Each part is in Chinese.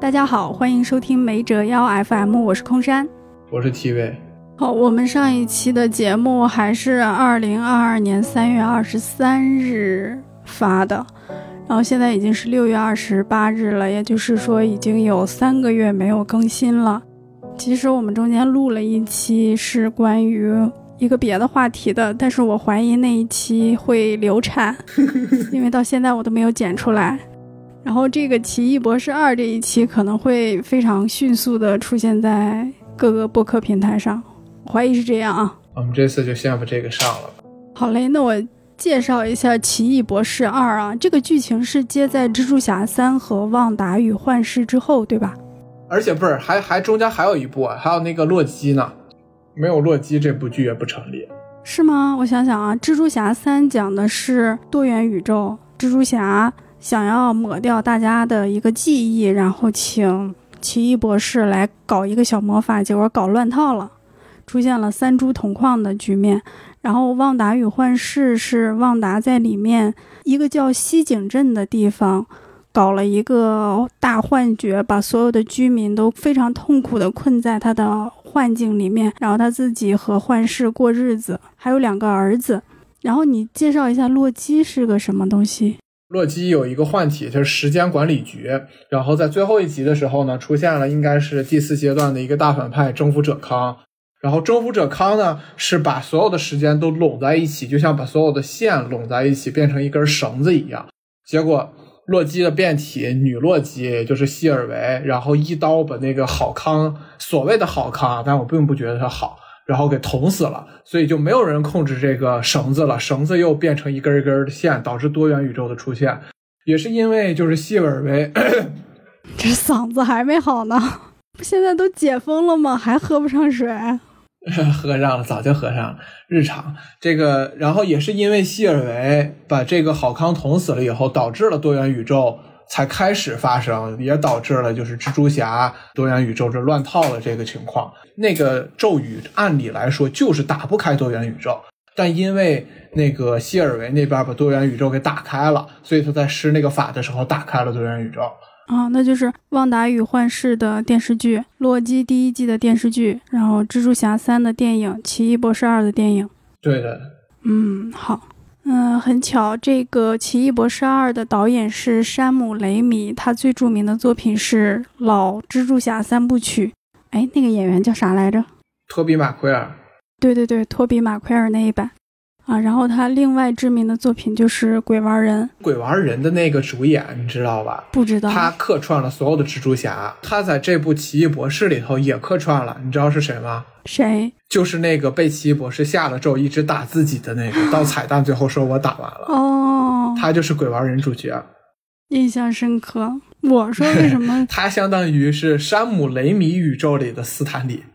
大家好，欢迎收听没折腰 FM， 我是空山， 我是 TV。 好，我们上一期的节目还是2022年3月23日发的，然后现在已经是6月28日了，也就是说已经有3个月没有更新了。其实我们中间录了一期是关于一个别的话题的，但是我怀疑那一期会流产因为到现在我都没有剪出来。然后这个奇异博士2这一期可能会非常迅速的出现在各个播客平台上，我怀疑是这样啊。 我们这次就先把这个上了。 好嘞，那我介绍一下奇异博士2啊，这个剧情是接在蜘蛛侠3和旺达与幻视之后，对吧？ 而且不是还中间还有一部，还有那个洛基呢，没有洛基这部剧也不成立。 是吗？我想想啊，蜘蛛侠3讲的是多元宇宙，蜘蛛侠想要抹掉大家的一个记忆，然后请奇异博士来搞一个小魔法，结果搞乱套了，出现了3株同框的局面。然后旺达与幻视是旺达在里面一个叫西井镇的地方搞了一个大幻觉，把所有的居民都非常痛苦的困在他的幻境里面，然后他自己和幻视过日子，还有2个儿子。然后你介绍一下洛基是个什么东西？ 洛基有一个幻体，就是时间管理局，然后在最后一集的时候呢，出现了应该是第4阶段的一个大反派征服者康。然后征服者康呢，是把所有的时间都拢在一起，就像把所有的线拢在一起变成一根绳子一样。结果洛基的变体女洛基，也就是希尔维，然后一刀把那个好康，所谓的好康，但我并不觉得他好，然后给捅死了，所以就没有人控制这个绳子了，绳子又变成一根一根的线，导致多元宇宙的出现。也是因为就是希尔维这嗓子还没好呢，现在都解封了吗？还喝不上水？ 喝上了，早就喝上了，日常这个。然后也是因为希尔维把这个好康捅死了以后，导致了多元宇宙才开始发生，也导致了就是蜘蛛侠多元宇宙这乱套的这个情况。那个咒语按理来说就是打不开多元宇宙，但因为那个希尔维那边把多元宇宙给打开了，所以他在施那个法的时候打开了多元宇宙。 那就是旺达与幻视的电视剧，洛基第1季的电视剧，然后蜘蛛侠3的电影，奇异博士2的电影。 对的。 好。很巧，这个奇异博士2的导演是山姆雷米，他最著名的作品是老蜘蛛侠3部曲。那个演员叫啥来着？ 托比马奎尔。 对对对，托比马奎尔那一版然后他另外知名的作品就是鬼玩人。 鬼玩人的那个主演你知道吧？ 不知道。 他客串了所有的蜘蛛侠，他在这部奇异博士里头也客串了，你知道是谁吗？ 谁？就是那个被奇异博士下了咒一直打自己的那个，到彩蛋最后说我打完了。他就是鬼玩人主角， 印象深刻。我说为什么他相当于是山姆雷米宇宙里的斯坦李。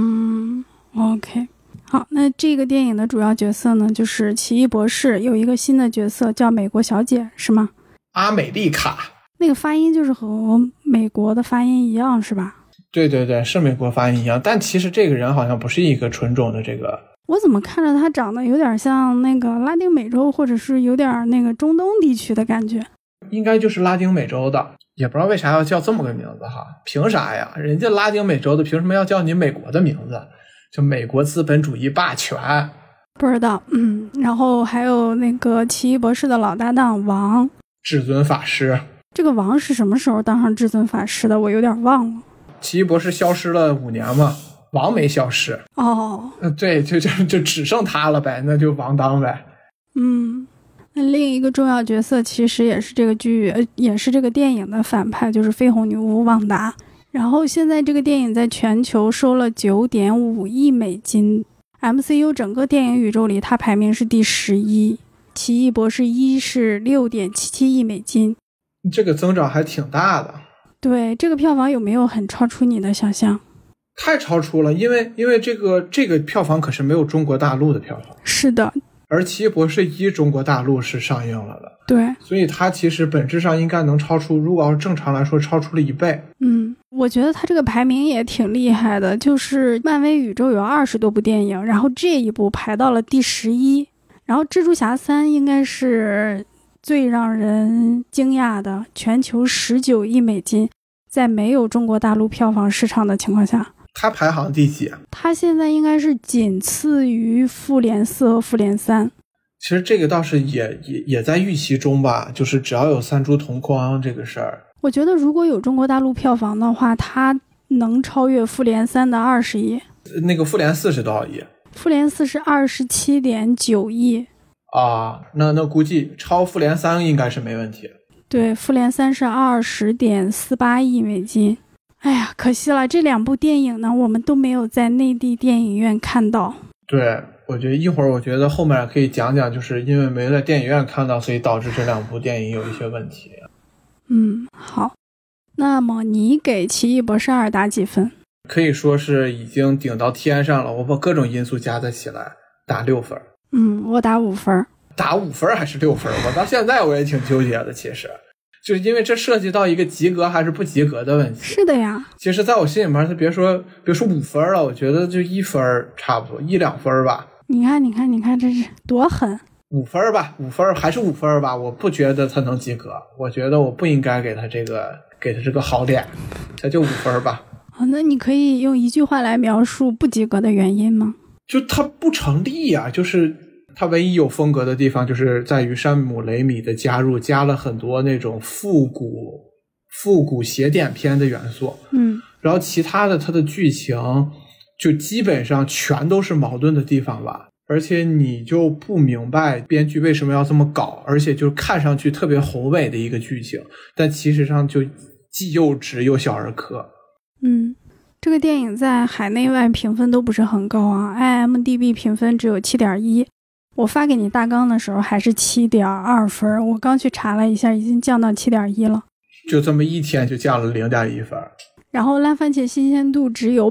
OK。好，那这个电影的主要角色呢，就是奇异博士有一个新的角色叫美国小姐，是吗？ 阿美丽卡。 那个发音就是和美国的发音一样，是吧？ 对对对，是美国发音一样，但其实这个人好像不是一个纯种的这个。 我怎么看着他长得有点像那个拉丁美洲，或者是有点那个中东地区的感觉。 应该就是拉丁美洲的，也不知道为啥要叫这么个名字哈，凭啥呀？人家拉丁美洲的凭什么要叫你美国的名字？就美国资本主义霸权。 不知道。然后还有那个奇异博士的老搭档王， 至尊法师。 这个王是什么时候当上至尊法师的？我有点忘了。 奇异博士消失了5年嘛，王没消失。对，就只剩他了呗，那就王当呗。 那另一个重要角色其实也是这个剧也是这个电影的反派，就是绯红女巫旺达。然后现在这个电影在全球收了9.5亿美金， MCU 整个电影宇宙里它排名是第11，奇异博士1是6.77亿美金， 这个增长还挺大的。 对，这个票房有没有很超出你的想象？ 太超出了，因为这个票房可是没有中国大陆的票房。 是的。 而奇异博士1中国大陆是上映了的。 对， 所以它其实本质上应该能超出，如果要是正常来说超出了1倍。 我觉得它这个排名也挺厉害的，就是漫威宇宙有20多部电影，然后这一部排到了第11，然后蜘蛛侠3应该是最让人惊讶的，全球19亿美金， 在没有中国大陆票房市场的情况下。 它排行第几？ 它现在应该是仅次于复联4和复联3。 其实这个倒是也在预期中吧，就是只要有三株同框这个事儿。 我觉得如果有中国大陆票房的话，它能超越复联3的20亿。 那个复联4是多少亿？ 复联4是27.9亿啊，那估计超复联3应该是没问题。 对，复联3是20.48亿美金。哎呀，可惜了，这两部电影呢，我们都没有在内地电影院看到。 对，我觉得一会儿后面可以讲讲，就是因为没在电影院看到，所以导致这两部电影有一些问题。 好，那么你给《奇异博士2》打几分？ 可以说是已经顶到天上了，我把各种因素加在起来打6分。 我打5分。 打5分还是6分？我到现在我也挺纠结的，其实就是因为这涉及到一个及格还是不及格的问题。 是的呀， 其实在我心里面，他别说5分了，我觉得就1分差不多1-2分吧。 你看这是多狠 ！5分吧，5分还是5分吧，我不觉得他能及格，我觉得我不应该给他这个好脸，他就5分吧。 那你可以用一句话来描述不及格的原因吗？ 就他不成立啊，就是他唯一有风格的地方就是在于山姆雷米的加入，加了很多那种复古邪典片的元素。然后其他的他的剧情就基本上全都是矛盾的地方吧，而且你就不明白编剧为什么要这么搞，而且就看上去特别宏伟的一个剧情，但其实上就既幼稚又小儿科。 这个电影在海内外评分都不是很高啊 ，IMDB 评分只有 7.1， 我发给你大纲的时候还是 7.2 分，我刚去查了一下，已经降到 7.1 了， 就这么一天就降了 0.1 分。 然后烂番茄新鲜度只有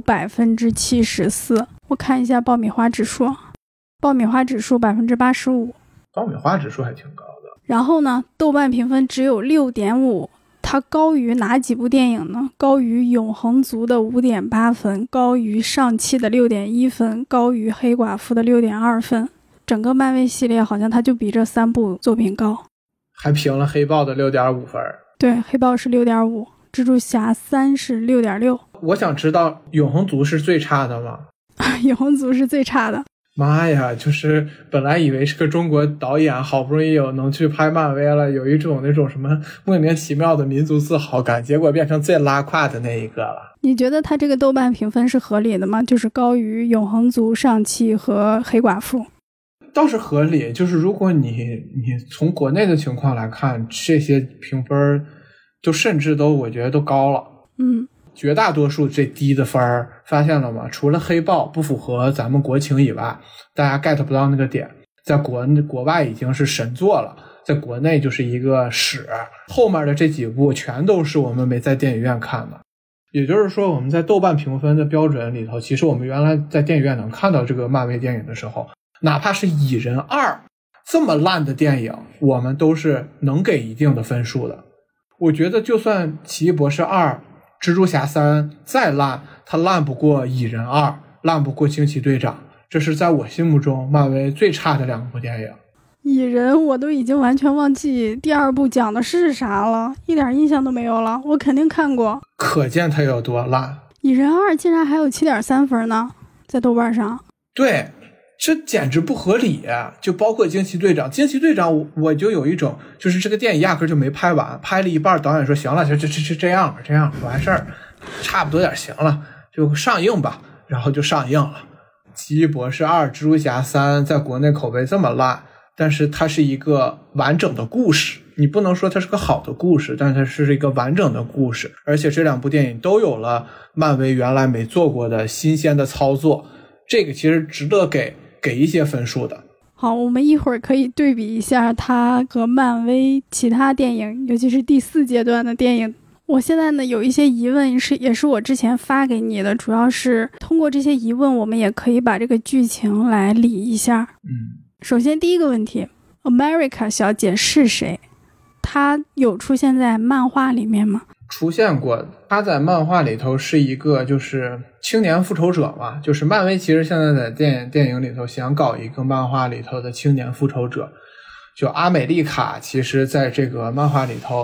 74%， 我看一下爆米花指数，爆米花指数 85%， 爆米花指数还挺高的。 然后呢，豆瓣评分只有 6.5，它高于哪几部电影呢？高于永恒族的 5.8 分，高于上汽的 6.1 分，高于黑寡妇的 6.2 分。整个漫威系列好像它就比这3部作品高， 还平了黑豹的 6.5 分。 对，黑豹是 6.5， 蜘蛛侠3是 6.6。 我想知道永恒族是最差的吗？ 永恒族是最差的。 妈呀，就是本来以为是个中国导演，好不容易能去拍漫威了，有一种那种什么莫名其妙的民族自豪感，结果变成最拉胯的那一个了。 你觉得他这个豆瓣评分是合理的吗？就是高于永恒族、上汽和黑寡妇。 倒是合理，就是如果你从国内的情况来看，这些评分就甚至都我觉得都高了。绝大多数这低的分发现了吗？除了黑豹不符合咱们国情以外，大家 get 不到那个点，在国外已经是神作了，在国内就是一个屎。后面的这几部全都是我们没在电影院看的。也就是说，我们在豆瓣评分的标准里头，其实我们原来在电影院能看到这个漫威电影的时候，哪怕是蚁人2这么烂的电影，我们都是能给一定的分数的。我觉得就算奇异博士2、蜘蛛侠3再烂，它烂不过蚁人2，烂不过惊奇队长，这是在我心目中漫威最差的2部电影。 蚁人我都已经完全忘记第2部讲的是啥了，一点印象都没有了。我肯定看过， 可见它有多烂。 蚁人2竟然还有 7.3 分呢，在豆瓣上。对， 这简直不合理。就包括惊奇队长我就有一种就是这个电影压根就没拍完，拍了一半导演说行了，这样完事儿，差不多点行了，就上映吧，然后就上映了。奇异博士2、蜘蛛侠3在国内口碑这么烂，但是它是一个完整的故事，你不能说它是个好的故事，但它是一个完整的故事，而且这2部电影都有了漫威原来没做过的新鲜的操作，这个其实值得给一些分数的。 好，我们一会儿可以对比一下它和漫威其他电影，尤其是第4阶段的电影。我现在呢有一些疑问也是我之前发给你的，主要是通过这些疑问我们也可以把这个剧情来理一下。首先第一个问题， America 小姐是谁？她有出现在漫画里面吗？ 出现过，她在漫画里头是一个就是青年复仇者嘛，就是漫威其实现在在电影里头想搞一个漫画里头的青年复仇者，就阿美丽卡其实在这个漫画里头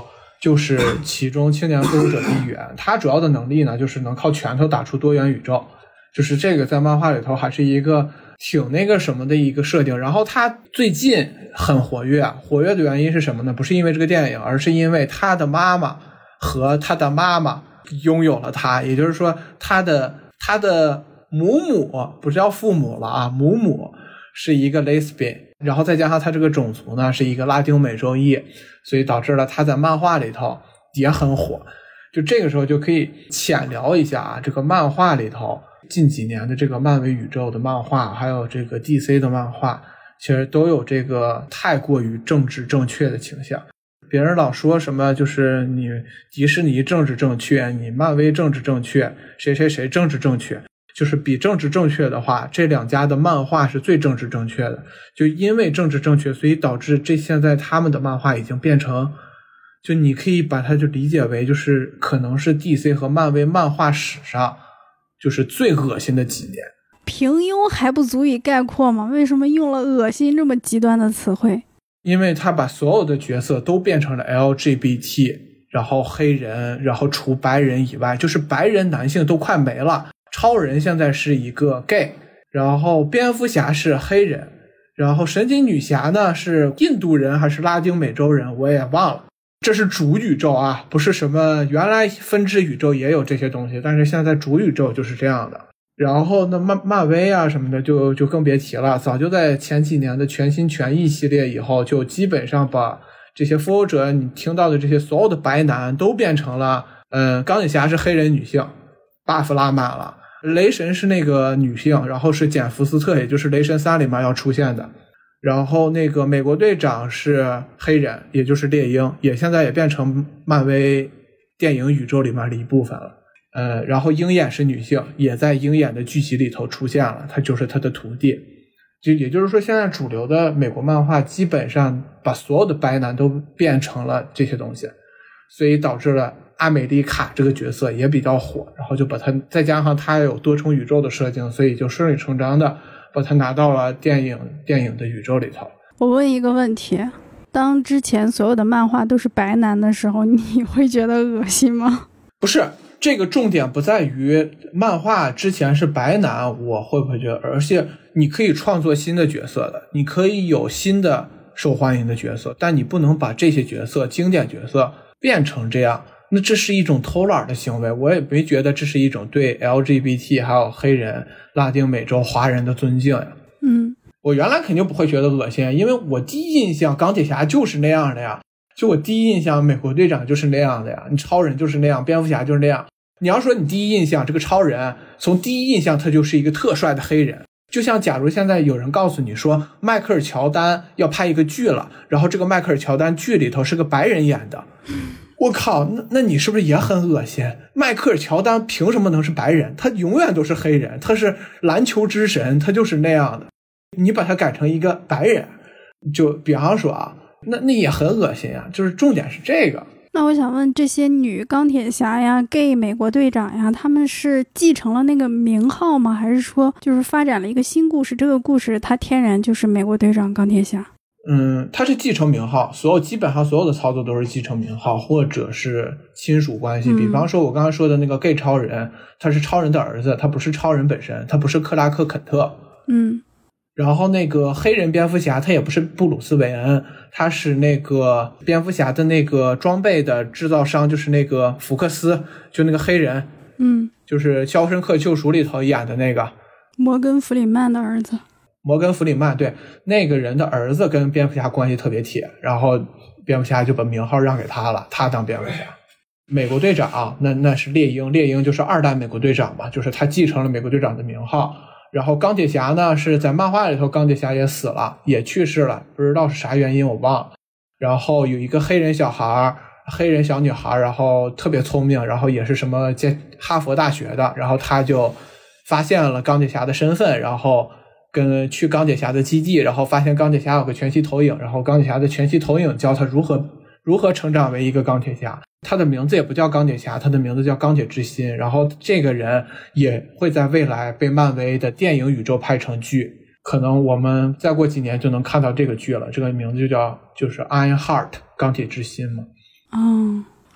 就是其中青年复仇者第一员，他主要的能力呢就是能靠拳头打出多元宇宙，就是这个在漫画里头还是一个挺那个什么的一个设定。然后他最近很活跃的原因是什么呢？不是因为这个电影，而是因为他的妈妈和他的妈妈拥有了他，也就是说他的母不是叫父母了啊，母是一个 lesbian， 然后再加上他这个种族呢是一个拉丁美洲裔，所以导致了他在漫画里头也很火。就这个时候就可以浅聊一下啊，这个漫画里头近几年的这个漫威宇宙的漫画，还有这个 DC 的漫画，其实都有这个太过于政治正确的倾向。别人老说什么就是你迪士尼政治正确，你漫威政治正确，谁谁谁政治正确，就是比政治正确的话，这两家的漫画是最政治正确的。就因为政治正确，所以导致现在他们的漫画已经变成，就你可以把它就理解为就是可能是 DC 和漫威漫画史上就是最恶心的几年。 平庸还不足以概括吗？为什么用了恶心这么极端的词汇？ 因为他把所有的角色都变成了 LGBT， 然后黑人，然后除白人以外，就是白人男性都快没了。超人现在是一个 gay， 然后蝙蝠侠是黑人，然后神奇女侠呢是印度人还是拉丁美洲人我也忘了。这是主宇宙啊，不是什么原来分支宇宙也有这些东西，但是现在主宇宙就是这样的。然后那漫威啊什么的就更别提了，早就在前几年的全心全意系列以后，就基本上把这些复仇者你听到的这些所有的白男都变成了钢铁侠是黑人女性 buff 拉满了，雷神是那个女性，然后是简福斯特，也就是雷神3里面要出现的，然后那个美国队长是黑人，也就是猎鹰，也现在也变成漫威电影宇宙里面的一部分了。然后鹰眼是女性，也在鹰眼的剧集里头出现了，她就是她的徒弟。就也就是说现在主流的美国漫画基本上把所有的白男都变成了这些东西，所以导致了阿美丽卡这个角色也比较火，然后就把它再加上它有多重宇宙的设定，所以就顺理成章的把它拿到了电影的宇宙里头。 我问一个问题，当之前所有的漫画都是白男的时候，你会觉得恶心吗？ 不是，这个重点不在于漫画之前是白男我会不会觉得，而且你可以创作新的角色的，你可以有新的受欢迎的角色，但你不能把这些角色经典角色变成这样，那这是一种偷懒的行为。我也没觉得这是一种对 LGBT 还有黑人拉丁美洲华人的尊敬呀。我原来肯定不会觉得恶心，因为我第一印象钢铁侠就是那样的呀，就我第一印象美国队长就是那样的呀，你超人就是那样，蝙蝠侠就是那样。你要说你第一印象这个超人从第一印象他就是一个特帅的黑人，就像假如现在有人告诉你说迈克尔乔丹要拍一个剧了，然后这个迈克尔乔丹剧里头是个白人演的，我靠，那你是不是也很恶心？迈克尔乔丹凭什么能是白人？他永远都是黑人，他是篮球之神，他就是那样的。你把他改成一个白人，就比方说啊，那也很恶心啊，就是重点是这个。 那我想问，这些女钢铁侠呀 gay 美国队长呀，他们是继承了那个名号吗？还是说就是发展了一个新故事，这个故事它天然就是美国队长钢铁侠？ 他是继承名号，基本上所有的操作都是继承名号或者是亲属关系。比方说我刚刚说的那个 gay 超人，他是超人的儿子，他不是超人本身，他不是克拉克肯特。然后那个黑人蝙蝠侠他也不是布鲁斯韦恩，他是那个蝙蝠侠的那个装备的制造商，就是那个福克斯，就那个黑人，就是肖申克救赎里头演的那个摩根弗里曼的儿子。 摩根弗里曼，对，那个人的儿子跟蝙蝠侠关系特别铁，然后蝙蝠侠就把名号让给他了，他当蝙蝠侠。美国队长那是猎鹰，猎鹰就是2代美国队长嘛，就是他继承了美国队长的名号。然后钢铁侠呢是在漫画里头，钢铁侠也死了，也去世了，不知道是啥原因我忘了。然后有一个黑人小女孩，然后特别聪明，然后也是什么哈佛大学的，然后他就发现了钢铁侠的身份，然后去钢铁侠的基地，然后发现钢铁侠有个全息投影，然后钢铁侠的全息投影教他如何成长为一个钢铁侠。他的名字也不叫钢铁侠，他的名字叫钢铁之心。然后这个人也会在未来被漫威的电影宇宙拍成剧，可能我们再过几年就能看到这个剧了。这个名字就是 Iron Heart 钢铁之心嘛。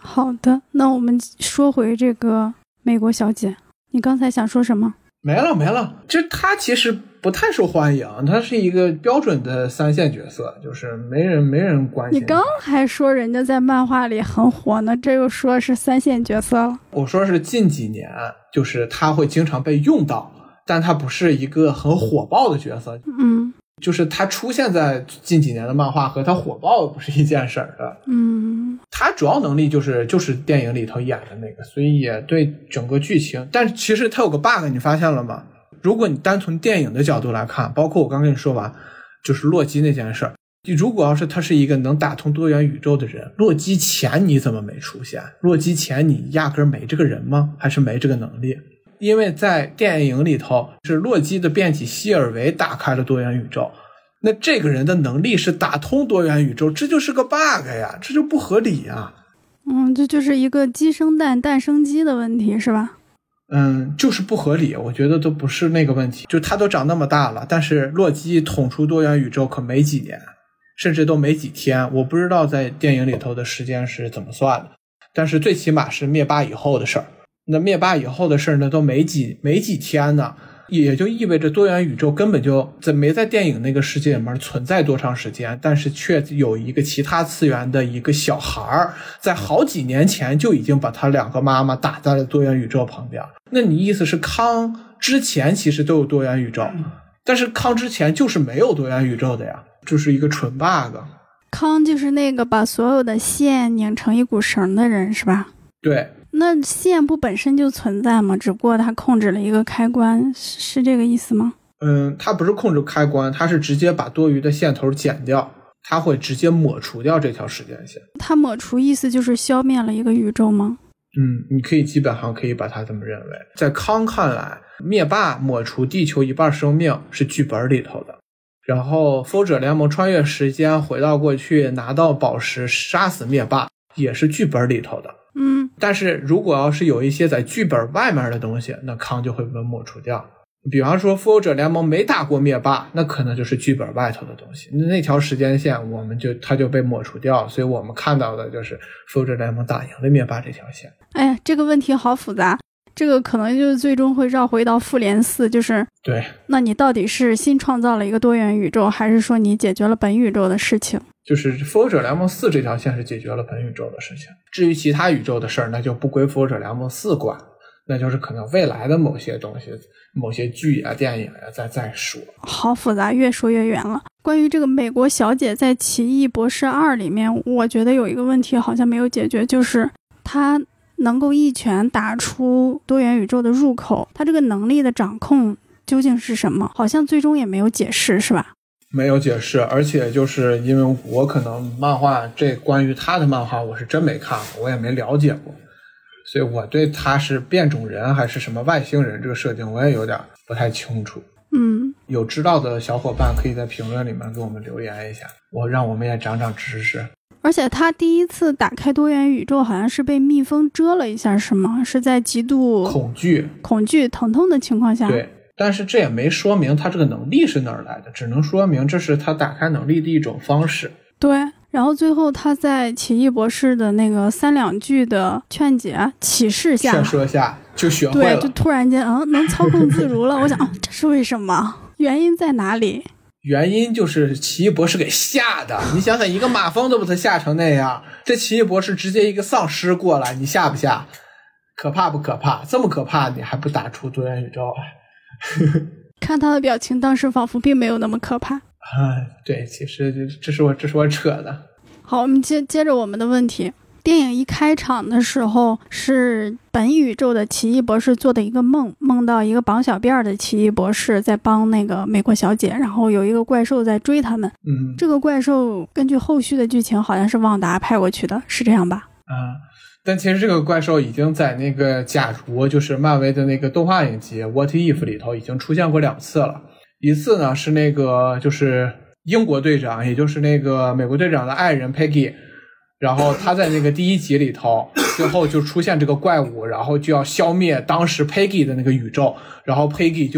好的，那我们说回这个美国小姐，你刚才想说什么？ 没了，这她其实不太受欢迎，她是一个标准的三线角色，就是没人关心。 你刚还说人家在漫画里很火呢，这又说是三线角色了。 我说是近几年，就是她会经常被用到，但她不是一个很火爆的角色。就是她出现在近几年的漫画和她火爆不是一件事儿的。她主要能力就是电影里头演的那个，所以也对整个剧情，但其实她有个 bug， 你发现了吗？如果你单从电影的角度来看，包括我刚跟你说完就是洛基那件事儿，如果要是他是一个能打通多元宇宙的人，洛基前你怎么没出现？洛基前你压根没这个人吗？还是没这个能力？因为在电影里头是洛基的变体希尔维打开了多元宇宙，那这个人的能力是打通多元宇宙，这就是个 bug 呀，这就不合理呀。 这就是一个鸡生蛋蛋生鸡的问题是吧？ 就是不合理，我觉得都不是那个问题，就他都长那么大了，但是洛基捅出多元宇宙可没几年，甚至都没几天，我不知道在电影里头的时间是怎么算的，但是最起码是灭霸以后的事儿。那灭霸以后的事儿呢，都没几天呢，也就意味着多元宇宙根本就没在电影那个世界里面存在多长时间，但是却有一个其他次元的一个小孩在好几年前就已经把他两个妈妈打在了多元宇宙旁边。那你意思是康之前其实都有多元宇宙，但是康之前就是没有多元宇宙的呀，就是一个纯 bug。 康就是那个把所有的线拧成一股绳的人是吧？ 对， 那线不本身就存在吗？只不过他控制了一个开关，是这个意思吗？ 他不是控制开关，他是直接把多余的线头剪掉，他会直接抹除掉这条时间线。 他抹除意思就是消灭了一个宇宙吗？ 你可以基本上可以把它这么认为。在康看来，灭霸抹除地球一半生命是剧本里头的，然后复仇者联盟穿越时间回到过去拿到宝石杀死灭霸也是剧本里头的。但是如果要是有一些在剧本外面的东西，那康就会被抹除掉。比方说复仇者联盟没打过灭霸，那可能就是剧本外头的东西，那条时间线它就被抹除掉了，所以我们看到的就是复仇者联盟打赢了灭霸这条线。 哎呀，这个问题好复杂，这个可能就最终会绕回到复联4，就是对， 那你到底是新创造了一个多元宇宙，还是说你解决了本宇宙的事情？ 就是复仇者联盟4这条线是解决了本宇宙的事情，至于其他宇宙的事儿，那就不归复仇者联盟4管，那就是可能未来的某些东西，某些剧啊电影啊再说。 好复杂，越说越远了。关于这个美国小姐在奇异博士2里面，我觉得有一个问题好像没有解决，就是她能够一拳打出多元宇宙的入口，她这个能力的掌控究竟是什么？好像最终也没有解释，是吧？ 没有解释，而且就是因为我可能漫画关于他的漫画我是真没看过，我也没了解过，所以我对他是变种人还是什么外星人这个设定我也有点不太清楚。有知道的小伙伴可以在评论里面给我们留言一下，让我们也长长知识。 而且他第一次打开多元宇宙好像是被蜜蜂蛰了一下，是吗？是在极度恐惧疼痛的情况下。 对，但是这也没说明他这个能力是哪儿来的，只能说明这是他打开能力的一种方式。 对，然后最后他在奇异博士的那个3两句的劝解启示下， 劝说下就学会了， 对，就突然间能操控自如了。我想这是为什么？原因在哪里？ 原因就是奇异博士给吓的，你想想一个马蜂都把他吓成那样，这奇异博士直接一个丧尸过来，你吓不吓？可怕不可怕？这么可怕你还不打出多元宇宙？ 看他的表情当时仿佛并没有那么可怕。 对，其实这是我扯的。 好，我们接着我们的问题。电影一开场的时候是本宇宙的奇异博士做的一个梦到一个绑小辫的奇异博士在帮那个美国小姐，然后有一个怪兽在追他们。这个怪兽根据后续的剧情好像是旺达派过去的，是这样吧？ 但其实这个怪兽已经在那个假如就是漫威的那个动画影集 What If 里头已经出现过2次了。一次呢是那个就是英国队长，也就是那个美国队长的爱人 Peggy， 然后他在那个第1集里头最后就出现这个怪物，然后就要消灭当时 Peggy 的那个宇宙，然后 Peggy 就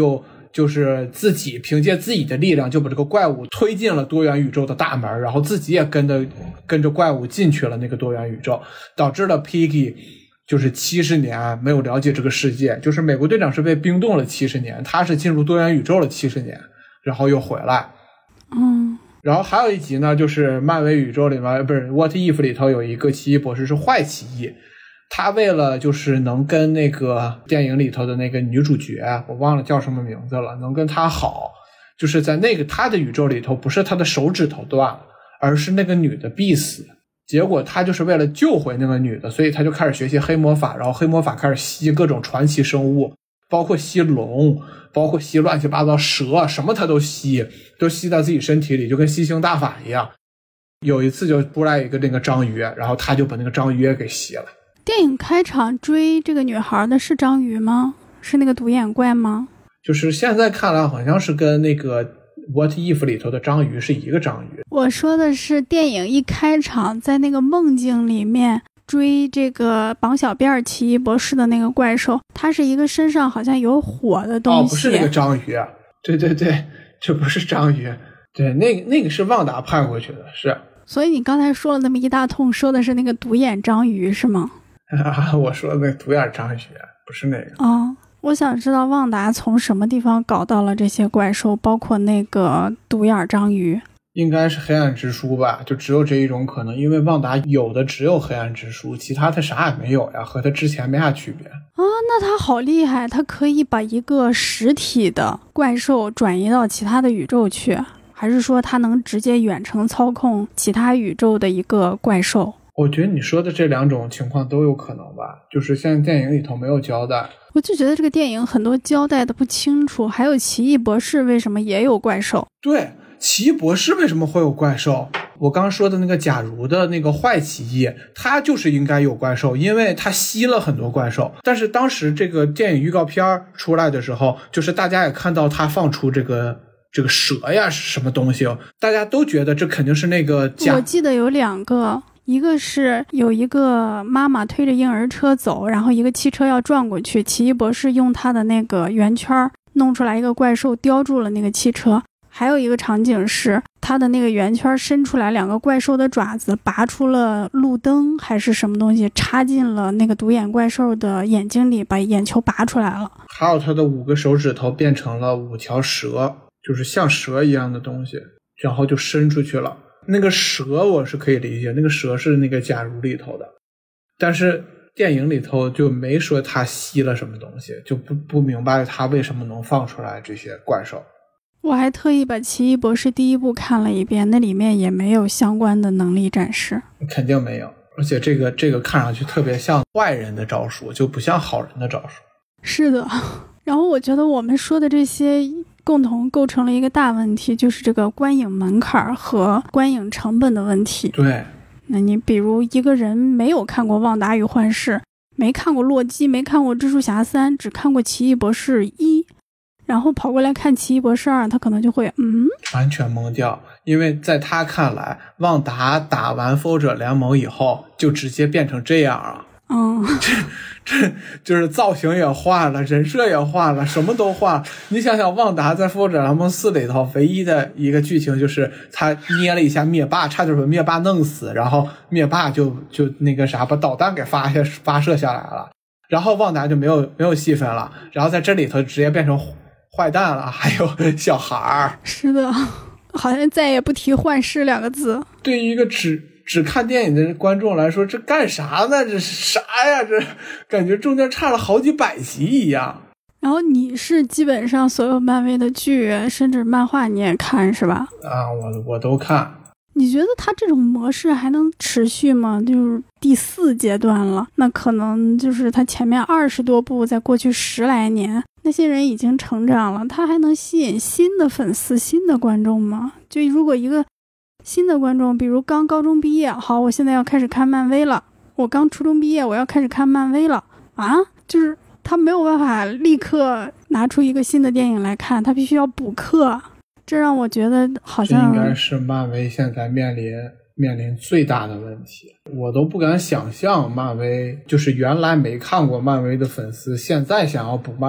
就是自己凭借自己的力量就把这个怪物推进了多元宇宙的大门，然后自己也跟着怪物进去了那个多元宇宙，导致了 Peggy 就是70年没有了解这个世界，就是美国队长是被冰冻了70年，他是进入多元宇宙了70年，然后又回来。然后还有一集呢，就是漫威宇宙里面不是 What If 里头有一个奇异博士是坏奇异，他为了就是能跟那个电影里头的那个女主角，我忘了叫什么名字了，能跟她好，就是在那个他的宇宙里头，不是他的手指头断了，而是那个女的必死。结果他就是为了救回那个女的，所以他就开始学习黑魔法，然后黑魔法开始吸各种传奇生物，包括吸龙，包括吸乱七八糟蛇，什么他都吸到自己身体里，就跟吸星大法一样。有一次就出来一个那个章鱼，然后他就把那个章鱼给吸了。 电影开场追这个女孩的是章鱼吗？是那个独眼怪吗？ 就是现在看来好像是跟那个 What If 里头的章鱼是一个章鱼。 我说的是电影一开场在那个梦境里面追这个绑小辫奇异博士的那个怪兽，它是一个身上好像有火的东西。 不是那个章鱼啊，对，这不是章鱼，对，那个是旺达派过去的，是。所以你刚才说了那么一大通，说的是那个独眼章鱼是吗？ 我说的那个独眼章鱼不是那个。 我想知道旺达从什么地方搞到了这些怪兽，包括那个独眼章鱼。 应该是黑暗之书吧，就只有这一种可能，因为旺达有的只有黑暗之书，其他他啥也没有呀，和他之前没啥区别。 那他好厉害，他可以把一个实体的怪兽转移到其他的宇宙去，还是说他能直接远程操控其他宇宙的一个怪兽？ 我觉得你说的这两种情况都有可能吧，就是现在电影里头没有交代。 我就觉得这个电影很多交代的不清楚，还有奇异博士为什么也有怪兽？ 对，奇异博士为什么会有怪兽？我刚说的那个假如的那个坏奇异，他就是应该有怪兽，因为他吸了很多怪兽。但是当时这个电影预告片出来的时候，就是大家也看到他放出这个蛇呀是什么东西，大家都觉得这肯定是那个我记得有两个，一个是有一个妈妈推着婴儿车走，然后一个汽车要撞过去，奇异博士用他的那个圆圈弄出来一个怪兽叼住了那个汽车。还有一个场景是他的那个圆圈伸出来，两个怪兽的爪子拔出了路灯还是什么东西，插进了那个独眼怪兽的眼睛里，把眼球拔出来了。 还有他的5个手指头变成了5条蛇，就是像蛇一样的东西，然后就伸出去了。那个蛇我是可以理解，那个蛇是那个假如里头的，但是电影里头就没说他吸了什么东西，就不明白他为什么能放出来这些怪兽。 我还特意把奇异博士第1部看了一遍，那里面也没有相关的能力展示。 肯定没有，而且这个看上去特别像坏人的招数，就不像好人的招数。 是的，然后我觉得我们说的这些共同构成了一个大问题，就是这个观影门槛和观影成本的问题。 对， 那你比如一个人没有看过《旺达与幻视》，没看过《洛基》，没看过《蜘蛛侠3》，只看过《奇异博士1》，然后跑过来看《奇异博士2》，他可能就会完全懵掉，因为在他看来，旺达打完复仇者联盟以后就直接变成这样了。这就是造型也换了，人设也换了，什么都换了。你想想，旺达在复仇者联盟4里头唯一的一个剧情就是他捏了一下灭霸，差点把灭霸弄死，然后灭霸就那个啥把导弹给发射下来了，然后旺达就没有戏份了，然后在这里头直接变成坏蛋了，还有小孩儿。 是的，好像再也不提幻视2个字。 对于一个只看电影的观众来说，这干啥呢？这是啥呀？这感觉中间差了好几百集一样。 然后你是基本上所有漫威的剧甚至漫画你也看是吧？ 我都看。 你觉得他这种模式还能持续吗？就是第4阶段了，那可能就是他前面20多部，在过去10来年那些人已经成长了，他还能吸引新的粉丝新的观众吗？就如果一个新的观众，比如刚高中毕业，好，我现在要开始看漫威了，我刚初中毕业，我要开始看漫威了就是他没有办法立刻拿出一个新的电影来看，他必须要补课，这让我觉得好像这应该是漫威现在面临最大的问题。我都不敢想象漫威就是原来没看过漫威的粉丝现在想要补漫威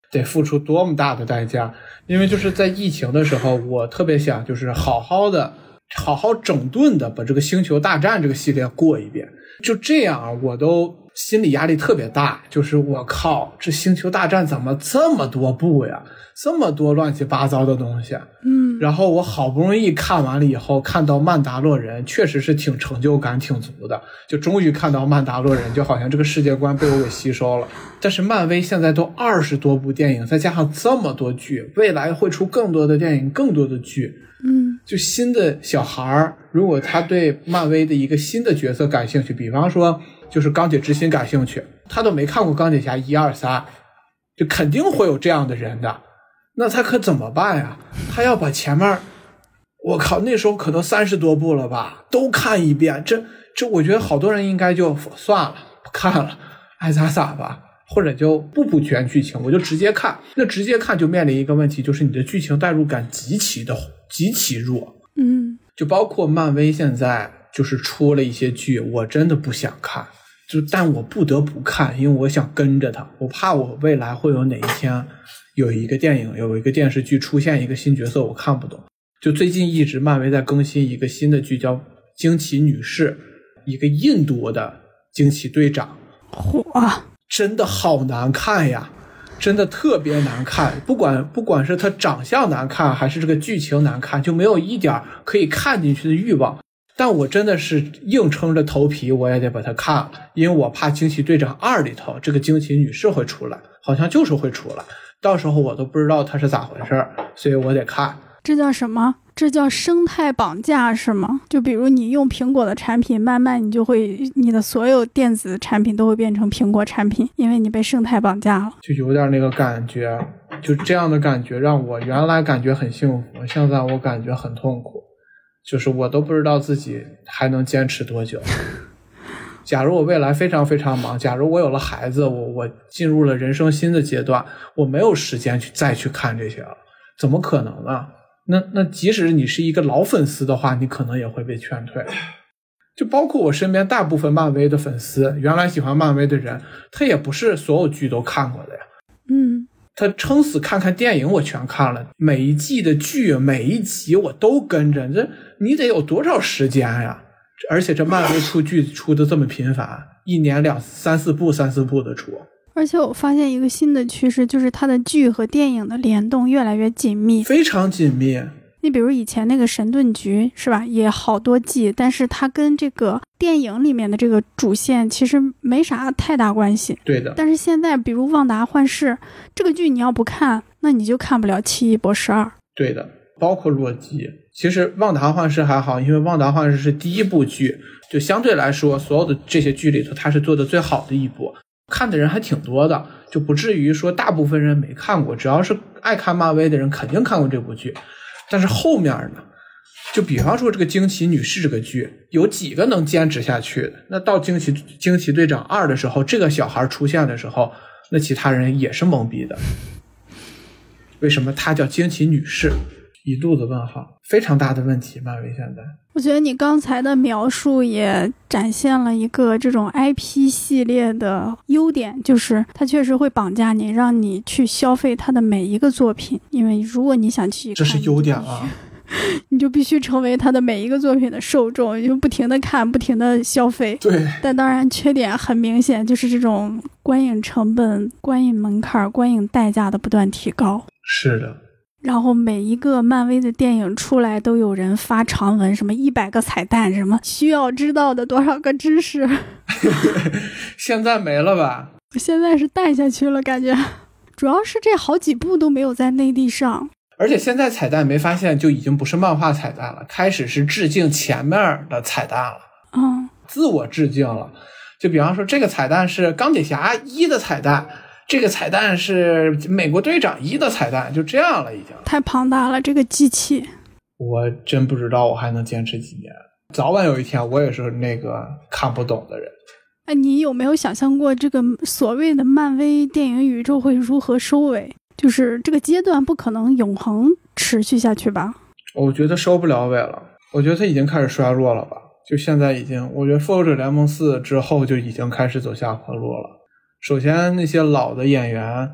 得付出多么大的代价。因为就是在疫情的时候，我特别想就是好好整顿的把这个星球大战这个系列过一遍，就这样我都心理压力特别大，就是我靠，这星球大战怎么这么多部呀，这么多乱七八糟的东西。然后我好不容易看完了以后，看到曼达洛人确实是挺成就感挺足的，就终于看到曼达洛人，就好像这个世界观被我给吸收了。但是漫威现在都20多部电影，再加上这么多剧，未来会出更多的电影，更多的剧。就新的小孩如果他对漫威的一个新的角色感兴趣，比方说就是钢铁之心感兴趣，他都没看过钢铁侠1、2、3，就肯定会有这样的人的。那他可怎么办呀？他要把前面，我靠，那时候可能30多部了吧，都看一遍。这我觉得好多人应该就算了，不看了，爱咋咋吧，或者就不补全剧情，我就直接看。那直接看就面临一个问题，就是你的剧情代入感极其弱。就包括漫威现在就是出了一些剧，我真的不想看，但我不得不看，因为我想跟着它，我怕我未来会有哪一天有一个电影有一个电视剧出现一个新角色我看不懂。就最近一直漫威在更新一个新的剧叫惊奇女士，一个印度的惊奇队长，真的好难看呀，真的特别难看，不管是他长相难看还是这个剧情难看，就没有一点可以看进去的欲望。但我真的是硬撑着头皮我也得把它看了，因为我怕惊奇队长2里头这个惊奇女士会出来，好像就是会出来，到时候我都不知道它是咋回事，所以我得看。 这叫什么？这叫生态绑架是吗？就比如你用苹果的产品，慢慢你的所有电子产品都会变成苹果产品，因为你被生态绑架了。 就有点那个感觉，就这样的感觉让我原来感觉很幸福，现在我感觉很痛苦，就是我都不知道自己还能坚持多久。假如我未来非常非常忙，假如我有了孩子，我进入了人生新的阶段，我没有时间再去看这些了，怎么可能呢？那即使你是一个老粉丝的话，你可能也会被劝退。就包括我身边大部分漫威的粉丝，原来喜欢漫威的人，他也不是所有剧都看过的呀。他撑死看看电影我全看了，每一季的剧每一集我都跟着，这你得有多少时间呀？而且这漫威出剧出的这么频繁，一年三四部的出。 而且我发现一个新的趋势，就是它的剧和电影的联动越来越紧密， 非常紧密。 你比如以前那个神盾局是吧，也好多季，但是它跟这个电影里面的这个主线其实没啥太大关系。 对的。 但是现在比如旺达幻视这个剧，你要不看，那你就看不了奇异博士2。 对的，包括洛基。其实旺达幻视还好，因为旺达幻视是第一部剧，就相对来说所有的这些剧里头它是做的最好的一部，看的人还挺多的，就不至于说大部分人没看过，只要是爱看漫威的人肯定看过这部剧。但是后面呢，就比方说这个惊奇女士这个剧，有几个能坚持下去的？那到惊奇队长2的时候，这个小孩出现的时候，那其他人也是懵逼的。为什么她叫惊奇女士？一肚子问号，非常大的问题。漫威现在， 我觉得你刚才的描述也展现了一个这种 IP 系列的优点，就是它确实会绑架你，让你去消费它的每一个作品。因为如果你想去看， 这是优点啊， 你就必须成为它的每一个作品的受众，就不停的看，不停的消费。 对。 但当然缺点很明显，就是这种观影成本、观影门槛、观影代价的不断提高。 是的。 然后每一个漫威的电影出来都有人发长文，什么100个彩蛋，什么需要知道的多少个知识。 现在没了吧？ 现在是淡下去了，感觉主要是这好几部都没有在内地上。 而且现在彩蛋没发现就已经不是漫画彩蛋了，开始是致敬前面的彩蛋了。自我致敬了。就比方说这个彩蛋是钢铁侠1的彩蛋，这个彩蛋是美国队长1的彩蛋，就这样了，已经太庞大了这个机器。 我真不知道我还能坚持几年，早晚有一天我也是那个看不懂的人。 你有没有想象过这个所谓的漫威电影宇宙会如何收尾？就是这个阶段不可能永恒持续下去吧？ 我觉得收不了尾了，我觉得它已经开始衰弱了吧。就现在已经，我觉得复仇者联盟4之后就已经开始走下坡路了。首先那些老的演员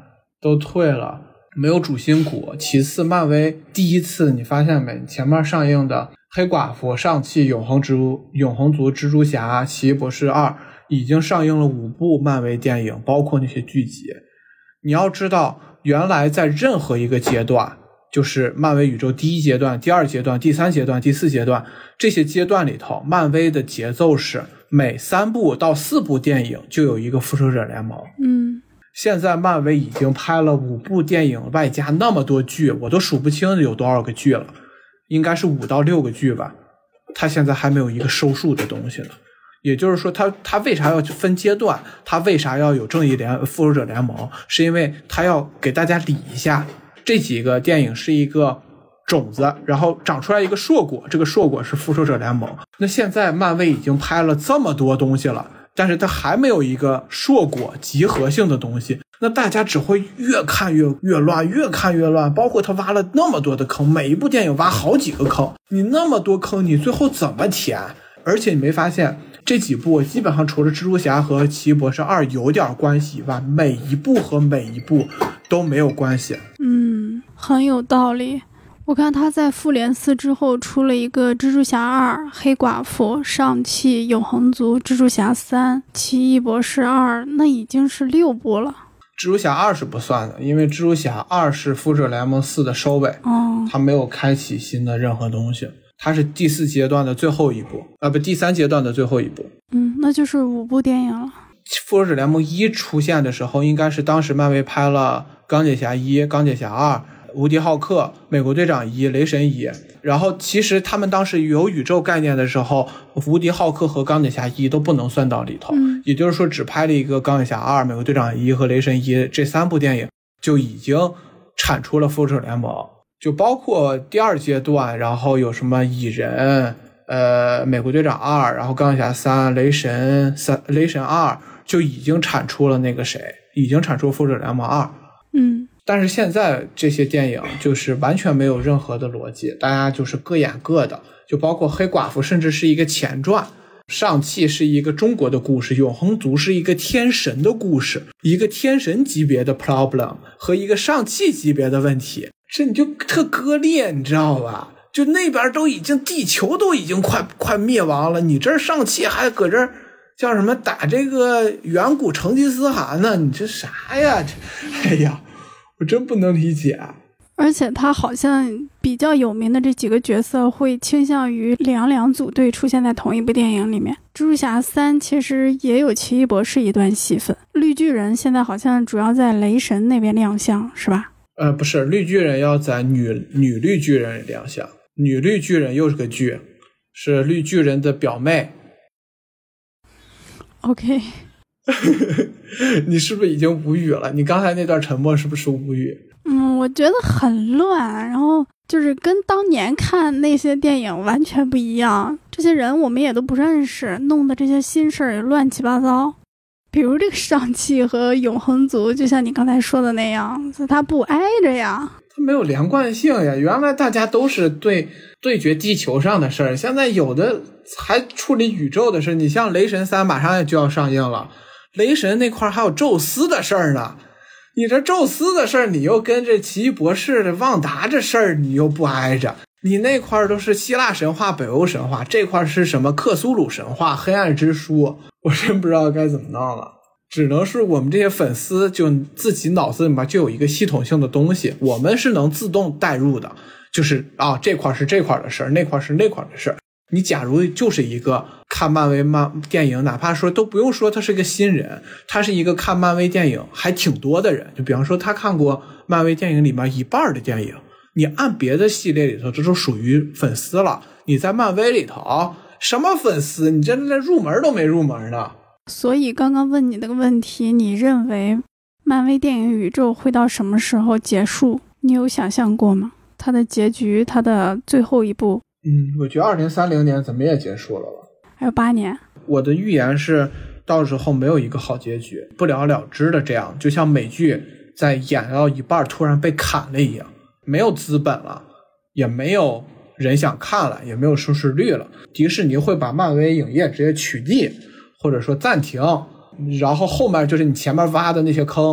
都退了，没有主心骨。其次，漫威第一次你发现没，前面上映的黑寡妇、上汽、永恒族、蜘蛛侠、奇异博士2已经上映了5部漫威电影，包括那些剧集。你要知道，原来在任何一个阶段，就是漫威宇宙第1阶段、第2阶段、第3阶段、第4阶段，这些阶段里头，漫威的节奏是每3部到4部电影就有一个复仇者联盟。现在漫威已经拍了5部电影，外加那么多剧，我都数不清有多少个剧了，应该是5到6个剧吧。他现在还没有一个收束的东西呢。也就是说他为啥要分阶段，他为啥要有复仇者联盟，是因为他要给大家理一下，这几个电影是一个种子，然后长出来一个硕果，这个硕果是复仇者联盟。那现在漫威已经拍了这么多东西了，但是它还没有一个硕果集合性的东西，那大家只会越看越乱，越看越乱。包括他挖了那么多的坑，每一部电影挖好几个坑，你那么多坑你最后怎么填？而且你没发现这几部基本上除了蜘蛛侠和奇异博士2有点关系以外，每一部和每一部都没有关系。 很有道理。我看他在复联4之后出了一个蜘蛛侠2、黑寡妇、上汽、永恒族、蜘蛛侠3、奇异博士2，那已经是6部了。 蜘蛛侠2是不算的，因为蜘蛛侠2是复仇者联盟4的收尾，它没有开启新的任何东西，它是第4阶段的最后一部，第3阶段的最后一部。 那就是5部电影了。 复仇者联盟1出现的时候，应该是当时漫威拍了钢铁侠1、钢铁侠2、无敌浩克、美国队长1、雷神1，然后其实他们当时有宇宙概念的时候，无敌浩克和钢铁侠1都不能算到里头，也就是说只拍了一个钢铁侠2、美国队长1和雷神1，这3部电影就已经产出了复仇者联盟。就包括第2阶段，然后有什么蚁人、美国队长2，然后钢铁侠3、雷神2就已经产出了已经产出复仇者联盟2。但是现在这些电影就是完全没有任何的逻辑，大家就是各演各的，就包括黑寡妇甚至是一个前传，上汽是一个中国的故事，永恒族是一个天神的故事，一个天神级别的 problem 和一个上汽级别的问题，这你就特割裂，你知道吧？就那边都已经地球都已经快灭亡了，你这上汽还搁这叫什么打这个远古成吉思汗呢？你这啥呀？哎呀，我真不能理解。 而且他好像比较有名的这几个角色会倾向于两组队出现在同一部电影里面。蜘蛛侠3其实也有奇异博士一段戏份，绿巨人现在好像主要在雷神那边亮相，是吧？ 不是，绿巨人要在女绿巨人亮相，女绿巨人又是个剧，是绿巨人的表妹。 OK 你是不是已经无语了？你刚才那段沉默是不是无语？ 我觉得很乱，然后就是跟当年看那些电影完全不一样，这些人我们也都不认识，弄的这些新事儿也乱七八糟。比如这个上汽和永恒族，就像你刚才说的那样，它不挨着呀， 它没有连贯性呀。原来大家都是对决地球上的事儿，现在有的还处理宇宙的事。你像雷神3马上就要上映了，雷神那块还有宙斯的事儿呢，你这宙斯的事儿你又跟这奇异博士的旺达这事儿你又不挨着，你那块都是希腊神话、北欧神话，这块是什么克苏鲁神话、黑暗之书，我真不知道该怎么弄了。只能是我们这些粉丝就自己脑子里面就有一个系统性的东西，我们是能自动带入的，就是这块是这块的事儿，那块是那块的事儿。你假如就是一个看漫威电影，哪怕说都不用说他是个新人，他是一个看漫威电影还挺多的人，就比方说他看过漫威电影里面1半的电影，你按别的系列里头这都属于粉丝了，你在漫威里头什么粉丝，你这入门都没入门呢。 所以刚刚问你那个问题，你认为漫威电影宇宙会到什么时候结束？你有想象过吗？它的结局，它的最后一部？ 我觉得2030年怎么也结束了吧？ 还有8年。 我的预言是，到时候没有一个好结局，不了了之的这样，就像美剧在演到一半突然被砍了一样，没有资本了，也没有人想看了，也没有收视率了。迪士尼会把漫威影业直接取缔，或者说暂停，然后后面就是你前面挖的那些坑